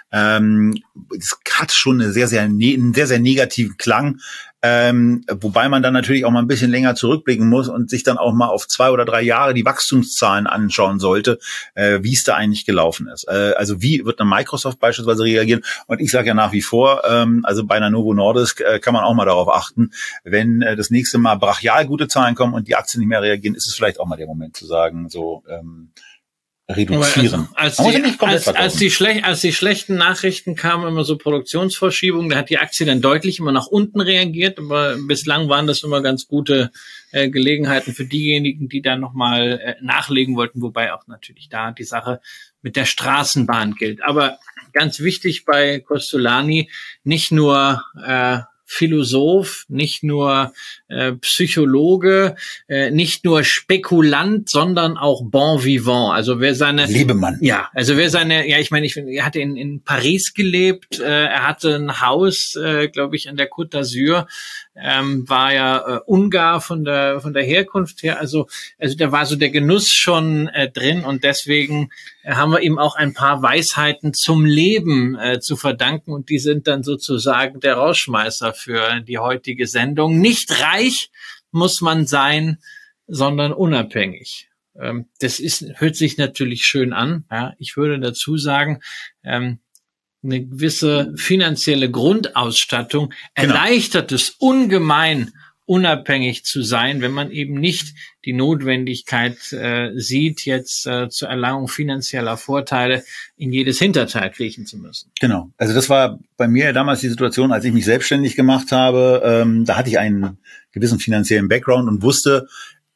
Ähm, es hat schon eine sehr, sehr, einen sehr, sehr negativen Klang, ähm, wobei man dann natürlich auch mal ein bisschen länger zurückblicken muss und sich dann auch mal auf zwei oder drei Jahre die Wachstumszahlen anschauen sollte, äh, wie es da eigentlich gelaufen ist. Äh, also wie wird eine Microsoft beispielsweise reagieren? Und ich sage ja nach wie vor, ähm, also bei einer Novo Nordisk äh, kann man auch mal darauf achten, wenn äh, das nächste Mal brachial gute Zahlen kommen und die Aktien nicht mehr reagieren, ist es vielleicht auch mal der Moment zu sagen, so ähm, reduzieren. Also, als, die, als, als, die schlech, als die schlechten Nachrichten kamen, immer so Produktionsverschiebungen, da hat die Aktie dann deutlich immer nach unten reagiert, aber bislang waren das immer ganz gute äh, Gelegenheiten für diejenigen, die da nochmal äh, nachlegen wollten, wobei auch natürlich da die Sache mit der Straßenbahn gilt. Aber ganz wichtig bei Kostolany, nicht nur äh, Philosoph, nicht nur äh, Psychologe, äh, nicht nur Spekulant, sondern auch Bon Vivant. Also wer seine Lebemann. Ja, also wer seine, ja, ich meine, ich, er hatte in, in Paris gelebt, äh, er hatte ein Haus, äh, glaube ich, an der Côte d'Azur, ähm, war ja äh, Ungar von der von der Herkunft her. Also also da war so der Genuss schon äh, drin und deswegen äh, haben wir ihm auch ein paar Weisheiten zum Leben äh, zu verdanken und die sind dann sozusagen der Rausschmeißer für die heutige Sendung. Nicht reich muss man sein, sondern unabhängig. Ähm, das ist, hört sich natürlich schön an. Ja, ich würde dazu sagen, ähm, eine gewisse finanzielle Grundausstattung erleichtert es ungemein, unabhängig zu sein, wenn man eben nicht die Notwendigkeit äh, sieht, jetzt äh, zur Erlangung finanzieller Vorteile in jedes Hinterteil kriechen zu müssen. Genau. Also das war bei mir damals die Situation, als ich mich selbstständig gemacht habe. Ähm, da hatte ich einen gewissen finanziellen Background und wusste,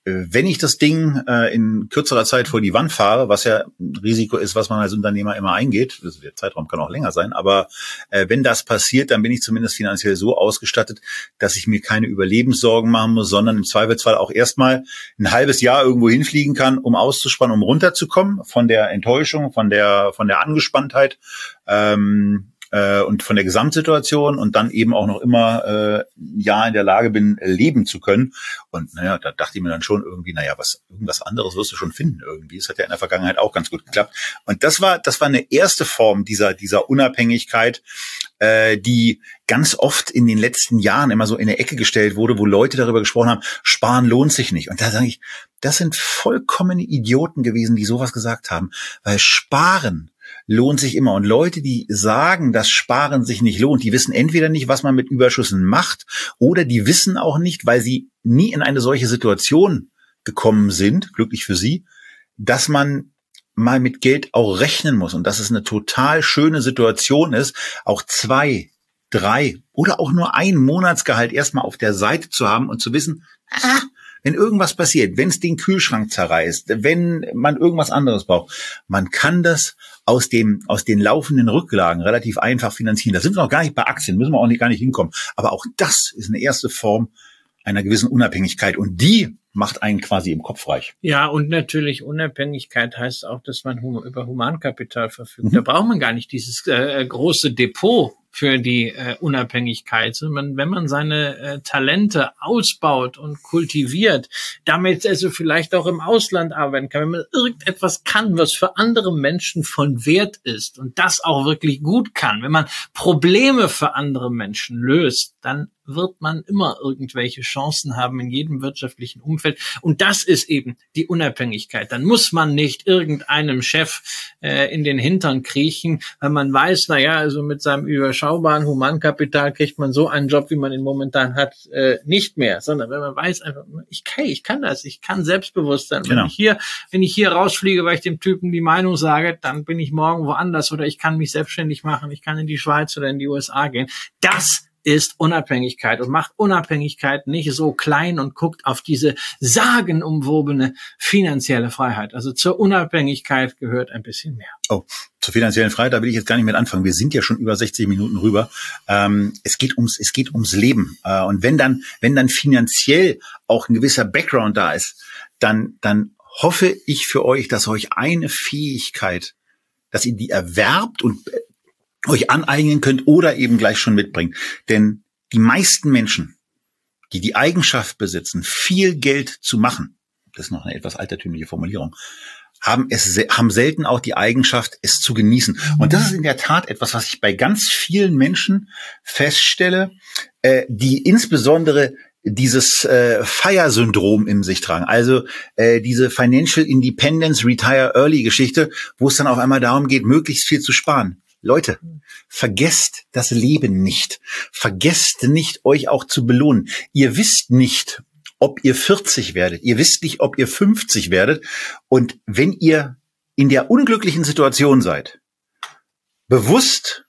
wenn ich das Ding äh, in kürzerer Zeit vor die Wand fahre, was ja ein Risiko ist, was man als Unternehmer immer eingeht, also der Zeitraum kann auch länger sein, aber äh, wenn das passiert, dann bin ich zumindest finanziell so ausgestattet, dass ich mir keine Überlebenssorgen machen muss, sondern im Zweifelsfall auch erstmal ein halbes Jahr irgendwo hinfliegen kann, um auszuspannen, um runterzukommen von der Enttäuschung, von der von der Angespanntheit ähm, äh, und von der Gesamtsituation und dann eben auch noch immer äh, ein Jahr in der Lage bin, leben zu können. Und naja, da dachte ich mir dann schon irgendwie, naja, was irgendwas anderes wirst du schon finden irgendwie. Es hat ja in der Vergangenheit auch ganz gut geklappt. Und das war das war eine erste Form dieser dieser Unabhängigkeit, äh, die ganz oft in den letzten Jahren immer so in der Ecke gestellt wurde, wo Leute darüber gesprochen haben, sparen lohnt sich nicht. Und da sage ich, das sind vollkommene Idioten gewesen, die sowas gesagt haben, weil Sparen lohnt sich immer. Und Leute, die sagen, dass Sparen sich nicht lohnt, die wissen entweder nicht, was man mit Überschüssen macht, oder die wissen auch nicht, weil sie nie in eine solche Situation gekommen sind, glücklich für sie, dass man mal mit Geld auch rechnen muss und dass es eine total schöne Situation ist, auch zwei, drei oder auch nur ein Monatsgehalt erstmal auf der Seite zu haben und zu wissen, ah, wenn irgendwas passiert, wenn es den Kühlschrank zerreißt, wenn man irgendwas anderes braucht, man kann das aus dem aus den laufenden Rücklagen relativ einfach finanzieren. Da sind wir noch gar nicht bei Aktien, müssen wir auch nicht gar nicht hinkommen. Aber auch das ist eine erste Form einer gewissen Unabhängigkeit und die macht einen quasi im Kopf reich. Ja, und natürlich Unabhängigkeit heißt auch, dass man hum- über Humankapital verfügt. Mhm. Da braucht man gar nicht dieses äh, große Depot für die äh, Unabhängigkeit, sondern wenn man seine äh, Talente ausbaut und kultiviert, damit also vielleicht auch im Ausland arbeiten kann, wenn man irgendetwas kann, was für andere Menschen von Wert ist und das auch wirklich gut kann, wenn man Probleme für andere Menschen löst, dann wird man immer irgendwelche Chancen haben in jedem wirtschaftlichen Umfeld. Und das ist eben die Unabhängigkeit. Dann muss man nicht irgendeinem Chef äh, in den Hintern kriechen, weil man weiß, na ja, also mit seinem überschaubaren Humankapital kriegt man so einen Job, wie man ihn momentan hat, äh, nicht mehr. Sondern wenn man weiß einfach, ich kann, ich kann das, ich kann selbstbewusst sein. Genau. Wenn ich hier, wenn ich hier rausfliege, weil ich dem Typen die Meinung sage, dann bin ich morgen woanders oder ich kann mich selbstständig machen, ich kann in die Schweiz oder in die U S A gehen. Das ist Unabhängigkeit und macht Unabhängigkeit nicht so klein und guckt auf diese sagenumwobene finanzielle Freiheit. Also zur Unabhängigkeit gehört ein bisschen mehr. Oh, zur finanziellen Freiheit, da will ich jetzt gar nicht mit anfangen. Wir sind ja schon über sechzig Minuten rüber. Ähm, es geht ums, es geht ums Leben. Äh, und wenn dann, wenn dann finanziell auch ein gewisser Background da ist, dann, dann hoffe ich für euch, dass euch eine Fähigkeit, dass ihr die erwerbt und euch aneignen könnt oder eben gleich schon mitbringt. Denn die meisten Menschen, die die Eigenschaft besitzen, viel Geld zu machen, das ist noch eine etwas altertümliche Formulierung, haben es haben selten auch die Eigenschaft, es zu genießen. Und das ist in der Tat etwas, was ich bei ganz vielen Menschen feststelle, äh, die insbesondere dieses äh, Fire-Syndrom in sich tragen, also äh, diese Financial Independence Retire Early Geschichte, wo es dann auf einmal darum geht, möglichst viel zu sparen. Leute, vergesst das Leben nicht. Vergesst nicht, euch auch zu belohnen. Ihr wisst nicht, ob ihr vierzig werdet. Ihr wisst nicht, ob ihr fünfzig werdet. Und wenn ihr in der unglücklichen Situation seid, bewusst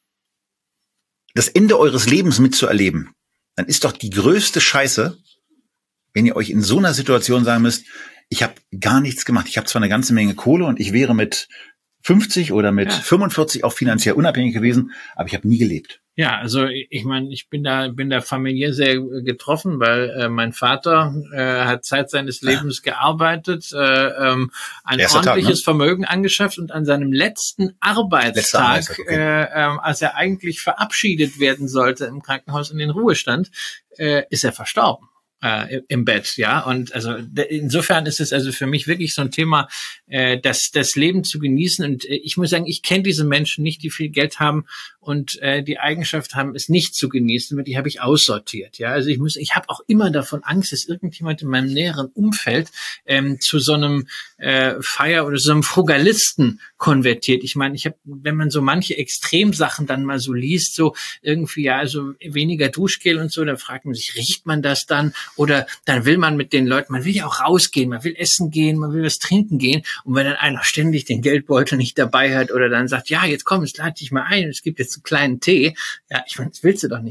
das Ende eures Lebens mitzuerleben, dann ist doch die größte Scheiße, wenn ihr euch in so einer Situation sagen müsst, ich habe gar nichts gemacht. Ich habe zwar eine ganze Menge Kohle und ich wäre mit fünfzig oder mit ja. fünfundvierzig auch finanziell unabhängig gewesen, aber ich habe nie gelebt. Ja, also ich meine, ich bin da bin da familiär sehr getroffen, weil äh, mein Vater äh, hat Zeit seines Lebens ja. gearbeitet, äh, ähm, ein Erster ordentliches Tag, ne? Vermögen angeschafft und an seinem letzten Arbeitstag, Arbeitstag okay. äh, äh, als er eigentlich verabschiedet werden sollte im Krankenhaus in den Ruhestand, äh, ist er verstorben. Äh, im Bett, ja, und also de, insofern ist es also für mich wirklich so ein Thema, äh, das das Leben zu genießen, und äh, ich muss sagen, ich kenne diese Menschen nicht, die viel Geld haben und äh, die Eigenschaft haben, es nicht zu genießen, weil die habe ich aussortiert, ja, also ich muss, ich habe auch immer davon Angst, dass irgendjemand in meinem näheren Umfeld ähm, zu so einem äh, Feier oder so einem Frugalisten konvertiert. Ich meine, ich habe, wenn man so manche Extremsachen dann mal so liest, so irgendwie, ja, also weniger Duschgel und so, dann fragt man sich, riecht man das dann? Oder dann will man mit den Leuten, man will ja auch rausgehen, man will essen gehen, man will was trinken gehen. Und wenn dann einer ständig den Geldbeutel nicht dabei hat oder dann sagt, ja, jetzt komm, jetzt lade dich mal ein, es gibt jetzt einen kleinen Tee. Ja, ich meine, das willst du doch nicht, oder?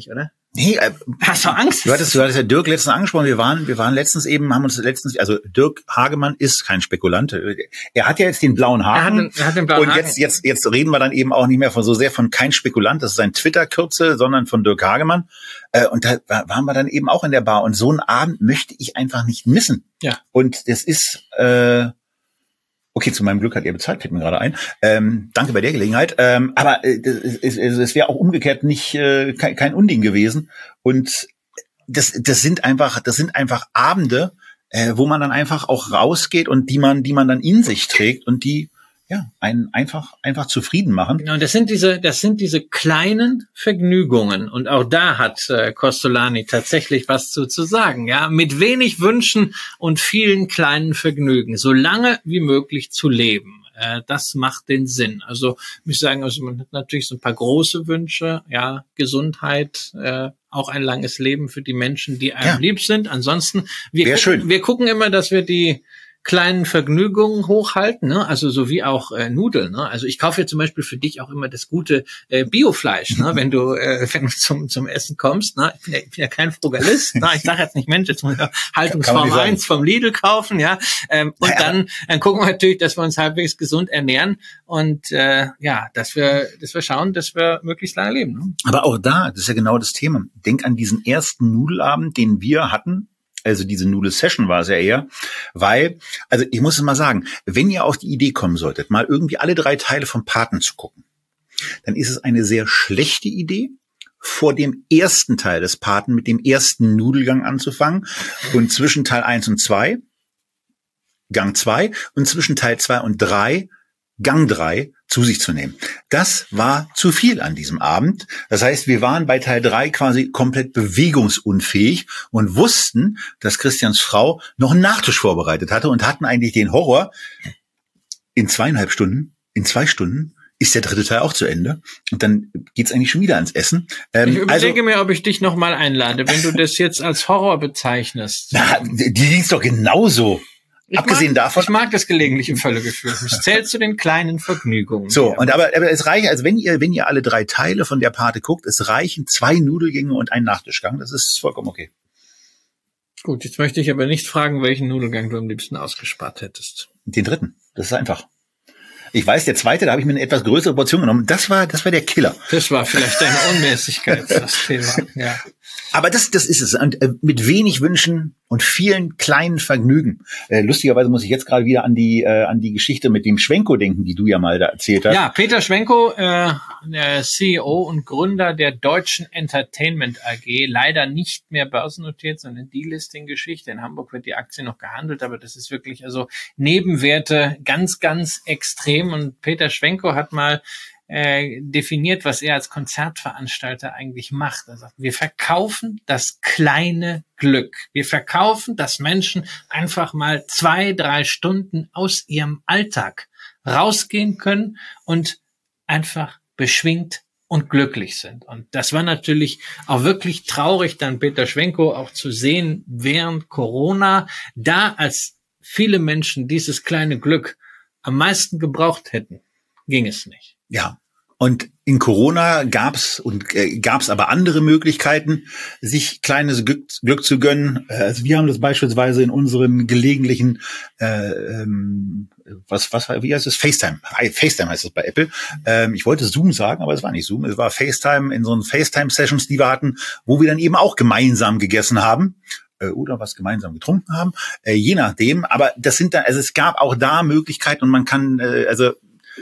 Nee, äh, hast du Angst? Du hattest, du hattest ja Dirk letztens angesprochen. Wir waren, wir waren letztens eben, haben uns letztens, also Dirk Hagemann ist kein Spekulant. Er hat ja jetzt den blauen Haken. Er hat den, er hat den blauen und Haken. jetzt, jetzt, jetzt reden wir dann eben auch nicht mehr von so sehr von kein Spekulant. Das ist sein Twitter-Kürzel, sondern von Dirk Hagemann. Und da waren wir dann eben auch in der Bar. Und so einen Abend möchte ich einfach nicht missen. Ja. Und das ist, äh, okay, zu meinem Glück hat er bezahlt, fällt mir gerade ein. Ähm, danke bei der Gelegenheit. Ähm, aber äh, es, es, es wäre auch umgekehrt nicht äh, kein, kein Unding gewesen. Und das, das sind einfach, das sind einfach Abende, äh, wo man dann einfach auch rausgeht und die man, die man dann in sich trägt und die ja einen einfach, einfach zufrieden machen. Genau, und das sind diese, das sind diese kleinen Vergnügungen. Und auch da hat äh, Kostolany tatsächlich was zu, zu sagen. Ja, mit wenig Wünschen und vielen kleinen Vergnügen, so lange wie möglich zu leben. Äh, das macht den Sinn. Also muss ich sagen, also man hat natürlich so ein paar große Wünsche, ja, Gesundheit, äh, auch ein langes Leben für die Menschen, die einem Ja. lieb sind. Ansonsten, wir Wär gucken, schön. wir gucken immer, dass wir die kleinen Vergnügungen hochhalten, ne? Also so wie auch äh, Nudeln. Ne? Also ich kaufe ja zum Beispiel für dich auch immer das gute äh, Biofleisch, ne? wenn du äh, wenn du zum zum Essen kommst. Ne? Ich bin ja, ich bin ja kein Frugalist. Ne? Ich sage jetzt nicht, Mensch, jetzt muss ich Haltungsform eins vom Lidl kaufen, ja. Ähm, und Ja. dann dann gucken wir natürlich, dass wir uns halbwegs gesund ernähren und äh, ja, dass wir dass wir schauen, dass wir möglichst lange leben. Ne? Aber auch da, das ist ja genau das Thema. Denk an diesen ersten Nudelabend, den wir hatten. Also diese Nudel-Session war es ja eher, weil, also ich muss es mal sagen, wenn ihr auf die Idee kommen solltet, mal irgendwie alle drei Teile vom Paten zu gucken, dann ist es eine sehr schlechte Idee, vor dem ersten Teil des Paten mit dem ersten Nudelgang anzufangen und zwischen Teil eins und zwei, Gang zwei und zwischen Teil zwei und drei, Gang drei zu sich zu nehmen. Das war zu viel an diesem Abend. Das heißt, wir waren bei Teil drei quasi komplett bewegungsunfähig und wussten, dass Christians Frau noch einen Nachtisch vorbereitet hatte und hatten eigentlich den Horror, in zweieinhalb Stunden, in zwei Stunden ist der dritte Teil auch zu Ende und dann geht's eigentlich schon wieder ans Essen. Ähm, Ich überlege also, mir, ob ich dich nochmal einlade, wenn du das jetzt als Horror bezeichnest. na, die ging's doch genauso. Ich Abgesehen mag, davon. Ich mag das gelegentliche Völlegefühl. Es zählt zu den kleinen Vergnügungen. So, hier. und aber, aber es reicht, also wenn ihr, wenn ihr alle drei Teile von der Pate guckt, es reichen zwei Nudelgänge und ein Nachtischgang. Das ist vollkommen okay. Gut, jetzt möchte ich aber nicht fragen, welchen Nudelgang du am liebsten ausgespart hättest. Den dritten. Das ist einfach. Ich weiß, der zweite, da habe ich mir eine etwas größere Portion genommen. Das war, das war der Killer. Das war vielleicht deine Unmäßigkeit, das Thema. Ja. Aber das, das ist es. Und äh, mit wenig Wünschen und vielen kleinen Vergnügen. Äh, lustigerweise muss ich jetzt gerade wieder an die, äh, an die Geschichte mit dem Schwenko denken, die du ja mal da erzählt hast. Ja, Peter Schwenko, äh, der C E O und Gründer der Deutschen Entertainment A G, leider nicht mehr börsennotiert, sondern eine Delisting-Geschichte. In Hamburg wird die Aktie noch gehandelt, aber das ist wirklich also Nebenwerte ganz, ganz extrem. Und Peter Schwenko hat mal äh, definiert, was er als Konzertveranstalter eigentlich macht. Er sagt, wir verkaufen das kleine Glück. Wir verkaufen, dass Menschen einfach mal zwei, drei Stunden aus ihrem Alltag rausgehen können und einfach beschwingt und glücklich sind. Und das war natürlich auch wirklich traurig, dann Peter Schwenko auch zu sehen während Corona, da als viele Menschen dieses kleine Glück am meisten gebraucht hätten, ging es nicht. Ja. Und in Corona gab's und äh, gab's aber andere Möglichkeiten, sich kleines Glück, Glück zu gönnen. Also wir haben das beispielsweise in unseren gelegentlichen, äh, ähm, was, was, wie heißt es? FaceTime. FaceTime heißt es bei Apple. Ähm, ich wollte Zoom sagen, aber es war nicht Zoom. Es war FaceTime in so einen FaceTime-Sessions, die wir hatten, wo wir dann eben auch gemeinsam gegessen haben oder was gemeinsam getrunken haben, äh, je nachdem. Aber das sind dann, also es gab auch da Möglichkeiten und man kann, äh, also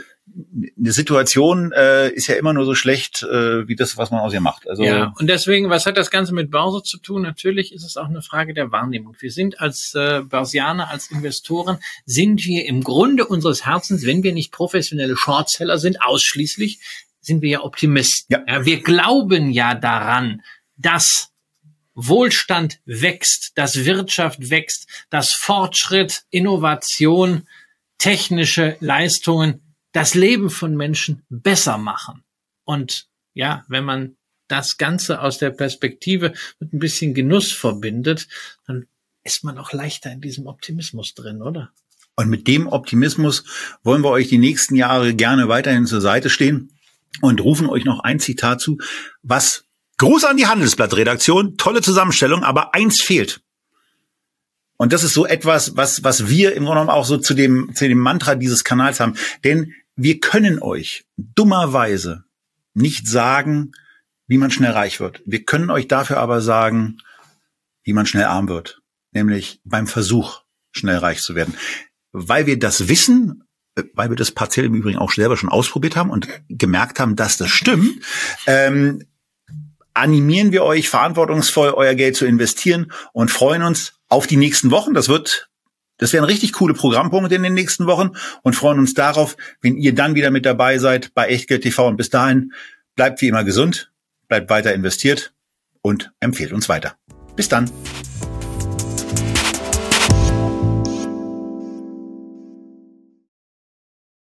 eine Situation äh, ist ja immer nur so schlecht äh, wie das, was man aus ihr macht. Also ja, und deswegen, was hat das Ganze mit Börse zu tun? Natürlich ist es auch eine Frage der Wahrnehmung. Wir sind als äh, Börsianer, als Investoren, sind wir im Grunde unseres Herzens, wenn wir nicht professionelle Shortseller sind, ausschließlich, sind wir ja Optimisten. Ja. Ja, wir glauben ja daran, dass Wohlstand wächst, dass Wirtschaft wächst, dass Fortschritt, Innovation, technische Leistungen das Leben von Menschen besser machen. Und ja, wenn man das Ganze aus der Perspektive mit ein bisschen Genuss verbindet, dann ist man auch leichter in diesem Optimismus drin, oder? Und mit dem Optimismus wollen wir euch die nächsten Jahre gerne weiterhin zur Seite stehen und rufen euch noch ein Zitat zu, was Gruß an die Handelsblatt-Redaktion, tolle Zusammenstellung, aber eins fehlt. Und das ist so etwas, was was wir im Grunde genommen auch so zu dem zu dem Mantra dieses Kanals haben. Denn wir können euch dummerweise nicht sagen, wie man schnell reich wird. Wir können euch dafür aber sagen, wie man schnell arm wird. Nämlich beim Versuch, schnell reich zu werden. Weil wir das wissen, weil wir das partiell im Übrigen auch selber schon ausprobiert haben und gemerkt haben, dass das stimmt, ähm, animieren wir euch, verantwortungsvoll euer Geld zu investieren und freuen uns auf die nächsten Wochen. Das wird, das werden richtig coole Programmpunkte in den nächsten Wochen und freuen uns darauf, wenn ihr dann wieder mit dabei seid bei Echtgeld T V. Und bis dahin bleibt wie immer gesund, bleibt weiter investiert und empfehlt uns weiter. Bis dann.